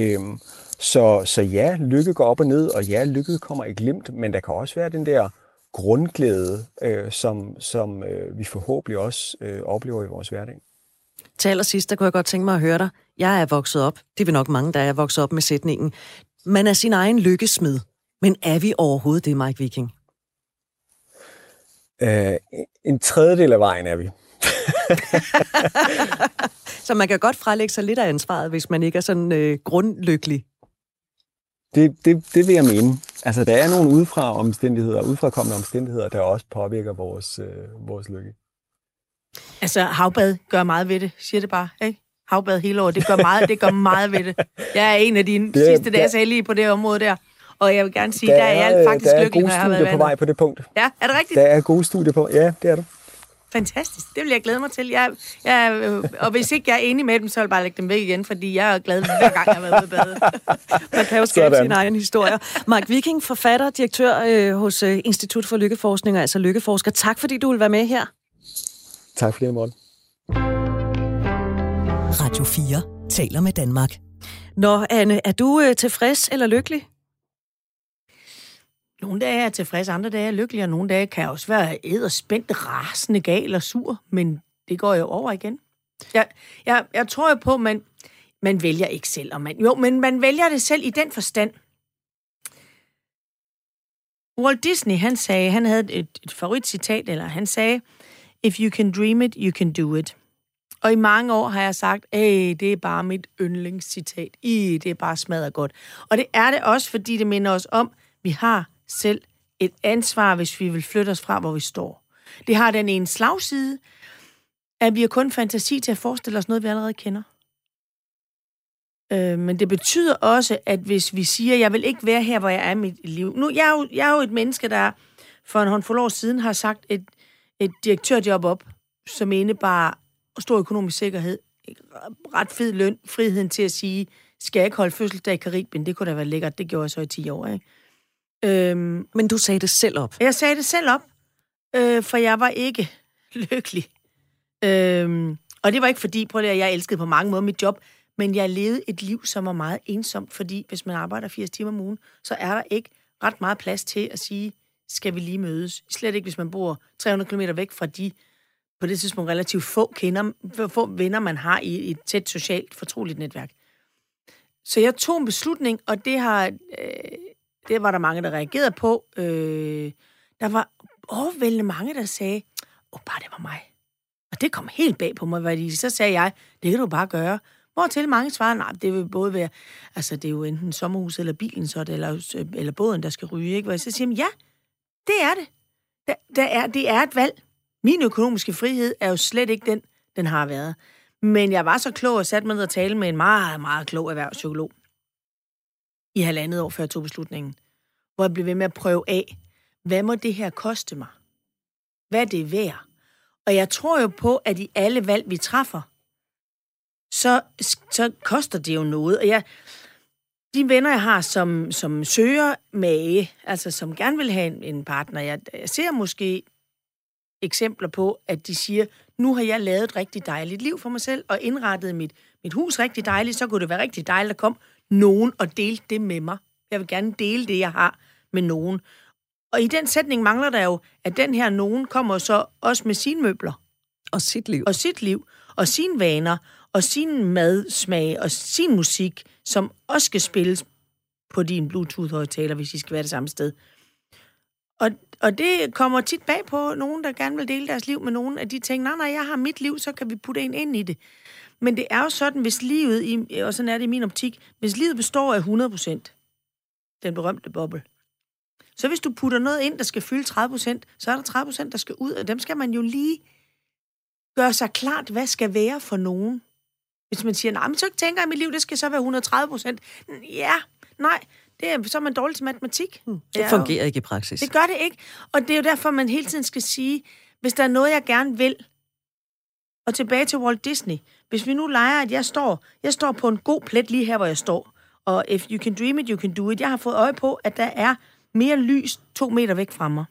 Så ja, lykke går op og ned, og ja, lykke kommer i glimt, men der kan også være den der grundglæde, som vi forhåbentlig også oplever i vores hverdag. Til allersidst, der kunne jeg godt tænke mig at høre dig. Jeg er vokset op, det er vi nok mange, der er vokset op med sætningen, man er sin egen lykkesmed, men er vi overhovedet det, Mike Viking? En tredjedel af vejen er vi. Så man kan godt frelægge sig lidt af ansvaret, hvis man ikke er sådan grundlykkelig. Det vil jeg mene. Altså, der er nogle udefrakommende omstændigheder, der også påvirker vores lykke. Altså, havbad gør meget ved det, siger det bare, ikke? Havbad hele året, det gør meget ved det. Jeg er en af dine sidste dage, så lige på det område der. Og jeg vil gerne sige, der er jeg faktisk lykkelig, når jeg har været Der er gode studier på vej på det punkt. Ja, er det rigtigt? Der er gode studier på, ja, det er det. Fantastisk, det vil jeg glæde mig til. Og hvis ikke jeg er enig med dem, så vil jeg bare lægge dem væk igen, fordi jeg er glad hver gang, jeg har været ude at bade. Man kan jo skabe sin egen historie. Mike Viking, forfatter, direktør hos Institut for Lykkeforskning, altså lykkeforsker. Tak fordi du vil være med her. Tak for det, Morten. Radio 4 taler med Danmark. Nå, Anne, er du tilfreds eller lykkelig? Nogle dage er jeg tilfreds, andre dage er jeg lykkelig, og nogle dage kan jeg også være edderspændt, rasende, gal og sur, men det går jo over igen. Jeg tror jo på, at man vælger ikke selv, men man vælger det selv i den forstand. Walt Disney, han havde et favoritcitat, eller han sagde, if you can dream it, you can do it. Og i mange år har jeg sagt, det er bare mit yndlingscitat. Det er bare smadret godt. Og det er det også, fordi det minder os om, vi har selv et ansvar, hvis vi vil flytte os fra, hvor vi står. Det har den ene slagside, at vi har kun fantasi til at forestille os noget, vi allerede kender. Men det betyder også, at hvis vi siger, jeg vil ikke være her, hvor jeg er i mit liv. Nu, jeg er jo et menneske, der for en håndfuld år siden har sagt et direktørjob op, som indebar stor økonomisk sikkerhed, ret fed løn, friheden til at sige, skal jeg ikke holde fødselsdag i Karibien? Det kunne da være lækkert. Det gjorde jeg så i 10 år, ikke? Men du sagde det selv op? Jeg sagde det selv op, for jeg var ikke lykkelig. Og det var ikke fordi, prøv at jeg elskede på mange måder mit job, men jeg levede et liv, som var meget ensomt, fordi hvis man arbejder 80 timer om ugen, så er der ikke ret meget plads til at sige, skal vi lige mødes? Slet ikke, hvis man bor 300 km væk fra de, på det tidspunkt relativt få venner, man har i et tæt socialt fortroligt netværk. Så jeg tog en beslutning, og det var der mange, der reagerede på. Der var overvældende mange, der sagde, bare det var mig. Og det kom helt bag på mig, fordi så sagde jeg, det kan du bare gøre. Hvortil mange svarer, nej, det vil både være, altså det er jo enten sommerhuset eller bilen, så det, eller båden, der skal ryge, ikke? Hvor jeg så siger, ja, det er det. Det er et valg. Min økonomiske frihed er jo slet ikke den har været. Men jeg var så klog og satte mig ned og tale med en meget, meget klog erhvervspsykolog i 1,5 år før jeg tog beslutningen, hvor jeg blev ved med at prøve af, hvad må det her koste mig? Hvad er det værd? Og jeg tror jo på, at i alle valg, vi træffer, så koster det jo noget. Og de venner, jeg har, som søger mage, altså som gerne vil have en partner, jeg ser måske eksempler på, at de siger, nu har jeg lavet et rigtig dejligt liv for mig selv, og indrettet mit hus rigtig dejligt, så kunne det være rigtig dejligt, at komme nogen og dele det med mig. Jeg vil gerne dele det, jeg har med nogen. Og i den sætning mangler der jo, at den her nogen kommer så også med sine møbler. Og sit liv. Og sit liv, og sine vaner, og sin madsmag, og sin musik, som også skal spilles på din Bluetooth-højttaler, hvis I skal være det samme sted. Og det kommer tit bag på nogen, der gerne vil dele deres liv med nogen, at de tænker, nej, jeg har mit liv, så kan vi putte en ind i det. Men det er jo sådan, hvis livet, og sådan er det i min optik, hvis livet består af 100%, den berømte boble, så hvis du putter noget ind, der skal fylde 30%, så er der 30%, der skal ud, og dem skal man jo lige gøre sig klart, hvad skal være for nogen. Hvis man siger, nej, men så tænker jeg, at mit liv, det skal så være 130%. Ja, nej, så er man dårlig til matematik. Det fungerer ikke i praksis. Det gør det ikke, og det er jo derfor, man hele tiden skal sige, hvis der er noget, jeg gerne vil, og tilbage til Walt Disney, hvis vi nu leger, at jeg står på en god plet lige her, hvor jeg står, og if you can dream it, you can do it. Jeg har fået øje på, at der er mere lys 2 meter væk fra mig.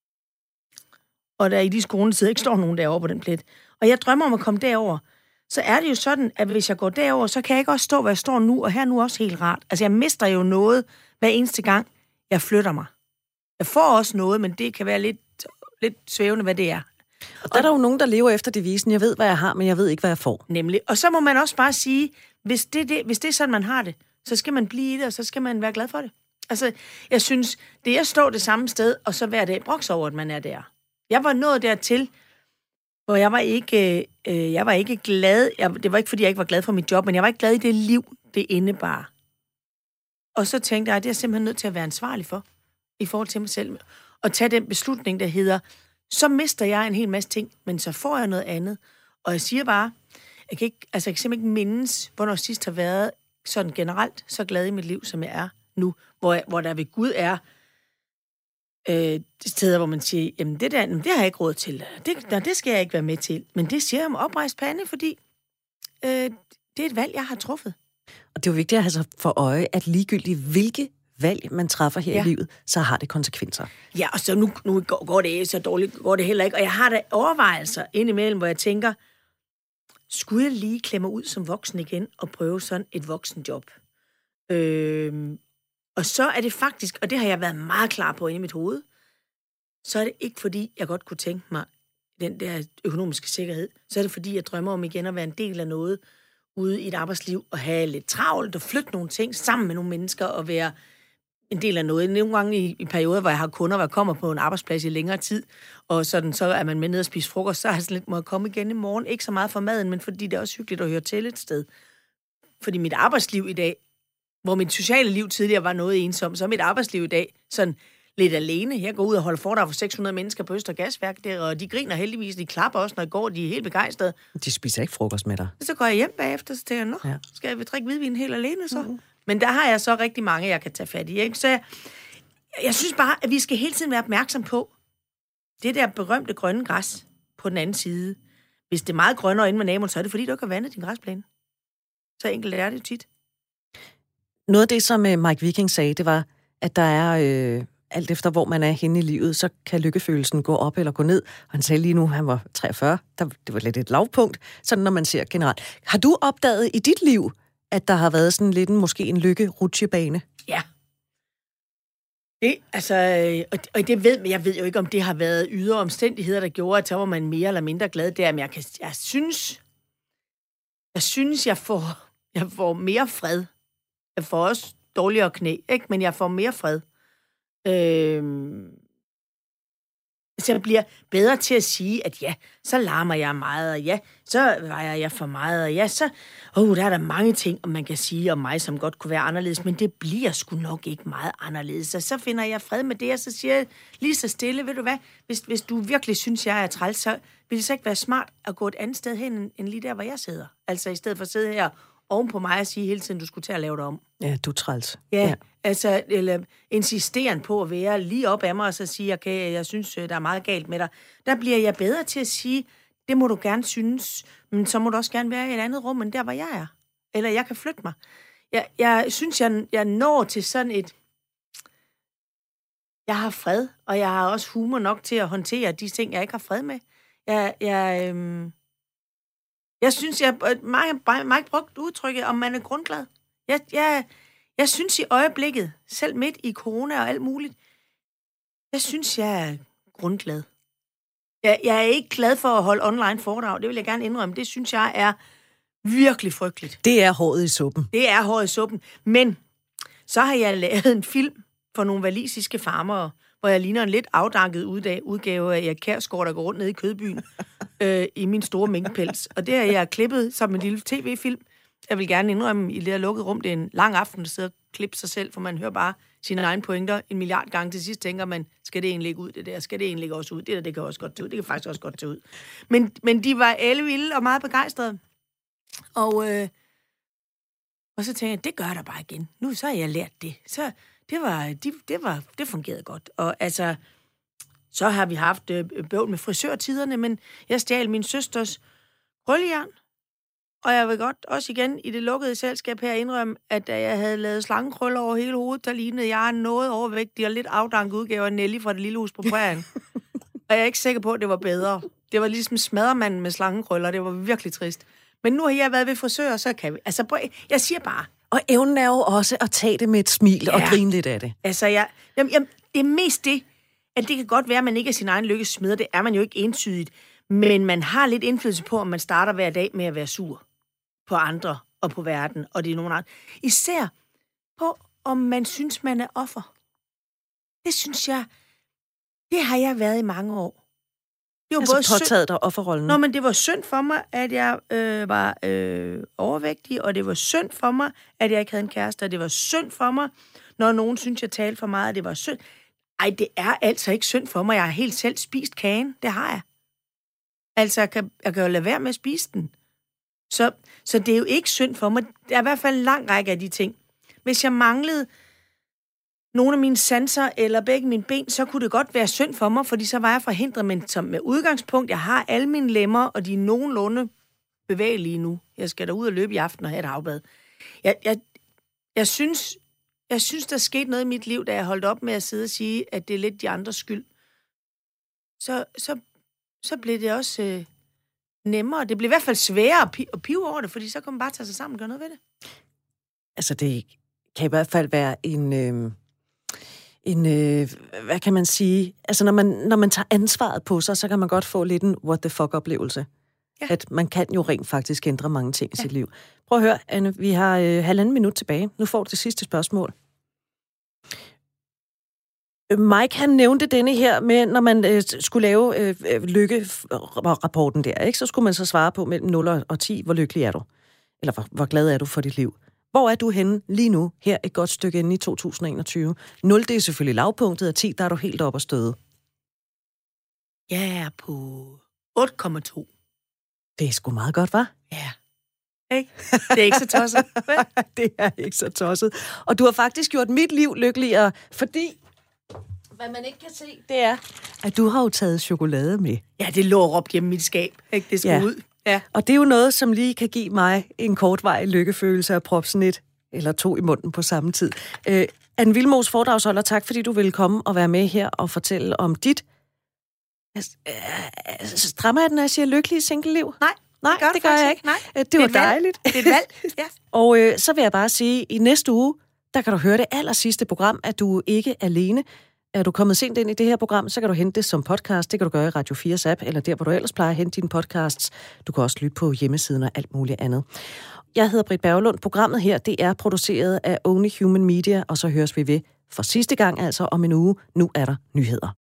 Og der i de skrånetider ikke står nogen derovre på den plet. Og jeg drømmer om at komme derover. Så er det jo sådan, at hvis jeg går derover, så kan jeg ikke også stå, hvor jeg står nu, og her nu også helt rart. Altså, jeg mister jo noget hver eneste gang, jeg flytter mig. Jeg får også noget, men det kan være lidt svævende, hvad det er. Og der er jo nogen, der lever efter devisen, jeg ved, hvad jeg har, men jeg ved ikke, hvad jeg får. Nemlig. Og så må man også bare sige, hvis det er sådan, man har det, så skal man blive i det, og så skal man være glad for det. Altså, jeg synes, det er at stå det samme sted, og så hver dag brokse over, at man er der. Jeg var nået dertil, hvor jeg var ikke glad. Det var ikke, fordi jeg ikke var glad for mit job, men jeg var ikke glad i det liv, det indebar. Og så tænkte jeg, at det er jeg simpelthen nødt til at være ansvarlig for, i forhold til mig selv. Og tage den beslutning, der hedder, så mister jeg en hel masse ting, men så får jeg noget andet. Og jeg siger bare, jeg kan simpelthen ikke mindes, hvornår sidst har været sådan generelt så glad i mit liv, som jeg er nu, hvor der ved Gud er steder, hvor man siger, jamen det har jeg ikke råd til. Det skal jeg ikke være med til. Men det siger jeg med oprejst pande, fordi det er et valg, jeg har truffet. Og det er jo vigtigt at have sig for øje, at ligegyldigt hvilke valg, man træffer her i livet, så har det konsekvenser. Ja, og så nu går det så dårligt, går det heller ikke. Og jeg har da overvejelser indimellem, hvor jeg tænker, skulle jeg lige klemme ud som voksen igen og prøve sådan et voksenjob? Og så er det faktisk, og det har jeg været meget klar på inde i mit hoved, så er det ikke fordi, jeg godt kunne tænke mig den der økonomiske sikkerhed. Så er det fordi, jeg drømmer om igen at være en del af noget ude i et arbejdsliv, og have lidt travlt og flytte nogle ting sammen med nogle mennesker, og være en del af noget. Nogle gange i perioder, hvor jeg har kunder, hvor jeg kommer på en arbejdsplads i længere tid, og sådan, så er man med ned og spise frokost, så er jeg sådan lidt, må jeg komme igen i morgen. Ikke så meget for maden, men fordi det er også hyggeligt at høre til et sted. Fordi mit arbejdsliv i dag, hvor mit sociale liv tidligere var noget ensomt, så er mit arbejdsliv i dag sådan lidt alene. Jeg går ud og holder foredrag for 600 mennesker på Øster Gasværk der, og de griner heldigvis, de klapper også, når jeg går, de er helt begejstrede. De spiser ikke frokost med dig. Så går jeg hjem bagefter, så tænker jeg, skal jeg drikke hvidvin helt alene så? Mm-hmm. Men der har jeg så rigtig mange, jeg kan tage fat i. Ikke? Så jeg synes bare, at vi skal hele tiden være opmærksom på det der berømte grønne græs på den anden side. Hvis det er meget grønnere inde med naboen, så er det fordi, du ikke har vandet din græsplæne. Så enkelt er det tit. Noget af det, som Mike Viking sagde, det var, at der er alt efter hvor man er henne i livet, så kan lykkefølelsen gå op eller gå ned. Og han sagde lige nu, han var 43, det var lidt et lavpunkt, sådan når man ser generelt. Har du opdaget i dit liv, at der har været sådan lidt måske en lykkerutsjebane? Ja. Det, altså, og det jeg ved jo ikke, om det har været ydre omstændigheder, der gjorde, at så var man mere eller mindre glad der, men jeg synes, jeg får mere fred. Jeg får også dårligere knæ, ikke? Men jeg får mere fred. Så jeg bliver bedre til at sige, at ja, så larmer jeg meget, og ja, så vejer jeg for meget, og ja, så... der er der mange ting, man kan sige om mig, som godt kunne være anderledes, men det bliver sgu nok ikke meget anderledes. Og så finder jeg fred med det, og så siger jeg lige så stille, ved du hvad, hvis du virkelig synes, jeg er træls, så vil det så ikke være smart at gå et andet sted hen, end lige der, hvor jeg sidder. Altså i stedet for at sidde her oven på mig og sige hele tiden, du skulle til at lave det om. Ja, du er træls. Ja, altså, eller insisteren på at være lige op af mig, og så sige, okay, jeg synes, der er meget galt med dig. Der bliver jeg bedre til at sige, det må du gerne synes, men så må du også gerne være i et andet rum, end der, hvor jeg er. Eller jeg kan flytte mig. Jeg synes, jeg når til sådan et... Jeg har fred, og jeg har også humor nok til at håndtere de ting, jeg ikke har fred med. Jeg synes, Mike brugte udtrykket, om man er grundglad. Jeg synes i øjeblikket, selv midt i corona og alt muligt, jeg synes, jeg er grundglad. Jeg er ikke glad for at holde online foredrag, det vil jeg gerne indrømme. Det synes jeg er virkelig frygteligt. Det er håret i suppen. Det er håret i suppen. Men så har jeg lavet en film for nogle walisiske farmere, hvor jeg ligner en lidt afdanket udgave af Erik Kjærsgaard, der går rundt ned i Kødbyen i min store minkpels. Og det har jeg klippet som en lille tv-film. Jeg vil gerne indrømme, i det her lukkede rum, det er en lang aften, der sidder og klipper sig selv, for man hører bare sine egne pointer 1 milliard gange. Til sidst tænker man, skal det egentlig ikke ud, det der? Skal det egentlig ikke også ud? Det der, det kan også godt tage ud. Det kan faktisk også godt tage ud. Men de var ellevilde og meget begejstrede. Og så tænkte jeg, det gør der bare igen. Nu så har jeg lært det. Så det fungerede godt. Og altså, så har vi haft bøvl med frisørtiderne, men jeg stjal min søsters krøllejern. Og jeg vil godt også igen i det lukkede selskab her indrømme, at da jeg havde lavet slangekrøller over hele hovedet, der lignede jeg noget overvægtig og lidt afdanket udgave af Nelly fra Det Lille Hus på Prærien. Og jeg er ikke sikker på, at det var bedre. Det var ligesom smaddermanden med slangekrøller. Det var virkelig trist. Men nu har jeg været ved frisør, så kan vi... Altså, jeg siger bare... Og evnen er jo også at tage det med et smil og grine lidt af det. Altså, det er mest det, at det kan godt være, at man ikke er sin egen lykkes smider. Det er man jo ikke entydigt. Men man har lidt indflydelse på, om man starter hver dag med at være sur på andre og på verden, og det er nogen andre. Især på, om man synes, man er offer. Det synes jeg, det har jeg været i mange år. Det var altså påtaget dig offerrollen. Nå, men det var synd for mig, at jeg var overvægtig, og det var synd for mig, at jeg ikke havde en kæreste, og det var synd for mig, når nogen synes, jeg talte for meget, det var synd. Ej, det er altså ikke synd for mig. Jeg har helt selv spist kagen. Det har jeg. Altså, jeg kan jo lade være med at spise den. Så det er jo ikke synd for mig. Der er i hvert fald en lang række af de ting. Hvis jeg manglede nogle af mine sanser eller begge mine ben, så kunne det godt være synd for mig, fordi så var jeg forhindret, men som med udgangspunkt, jeg har alle mine lemmer, og de er nogenlunde bevægelige nu. Jeg skal da ud og løbe i aften og have et havbad. Jeg synes, der skete noget i mit liv, da jeg holdt op med at sidde og sige, at det er lidt de andres skyld. Så blev det også nemmere. Det blev i hvert fald sværere at pive over det, fordi så kan man bare tage sig sammen og gøre noget ved det. Altså, det kan i hvert fald være hvad kan man sige? Altså, når man tager ansvaret på sig, så kan man godt få lidt en what the fuck-oplevelse. Ja. At man kan jo rent faktisk ændre mange ting i sit liv. Prøv at høre, Anne, vi har 1,5 minut tilbage. Nu får du det sidste spørgsmål. Mike, han nævnte denne her med, når man skulle lave lykkerapporten der, ikke? Så skulle man så svare på mellem 0 og 10, hvor lykkelig er du? Eller hvor glad er du for dit liv? Hvor er du henne lige nu, her et godt stykke inde i 2021? 0, det er selvfølgelig lavpunktet, og 10, der er du helt op at støde. Jeg er på 8,2. Det er sgu meget godt, hva'? Ja. Ikke? Det er ikke så tosset. Det er ikke så tosset. Og du har faktisk gjort mit liv lykkeligere, fordi... Hvad man ikke kan se, det er, at du har jo taget chokolade med. Ja, det lå råbt hjemme i mit skab. Ikke? Det skal ud. Ja. Og det er jo noget, som lige kan give mig en kortvarig lykkefølelse at proppe sådan et eller 2 i munden på samme tid. Anne Vilmos, foredragsholder, tak fordi du ville komme og være med her og fortælle om dit... Strammer jeg den, når jeg siger lykkelige single-liv? Nej, det gør jeg ikke. Nej. Det var dejligt. Det er et valg, ja. Og så vil jeg bare sige, at i næste uge, der kan du høre det allersidste program, at du ikke er alene. Er du kommet sent ind i det her program, så kan du hente det som podcast. Det kan du gøre i Radio 4's app, eller der, hvor du ellers plejer at hente dine podcasts. Du kan også lytte på hjemmesiden og alt muligt andet. Jeg hedder Britt Berglund. Programmet her, det er produceret af Only Human Media, og så høres vi ved for sidste gang, altså om en uge. Nu er der nyheder.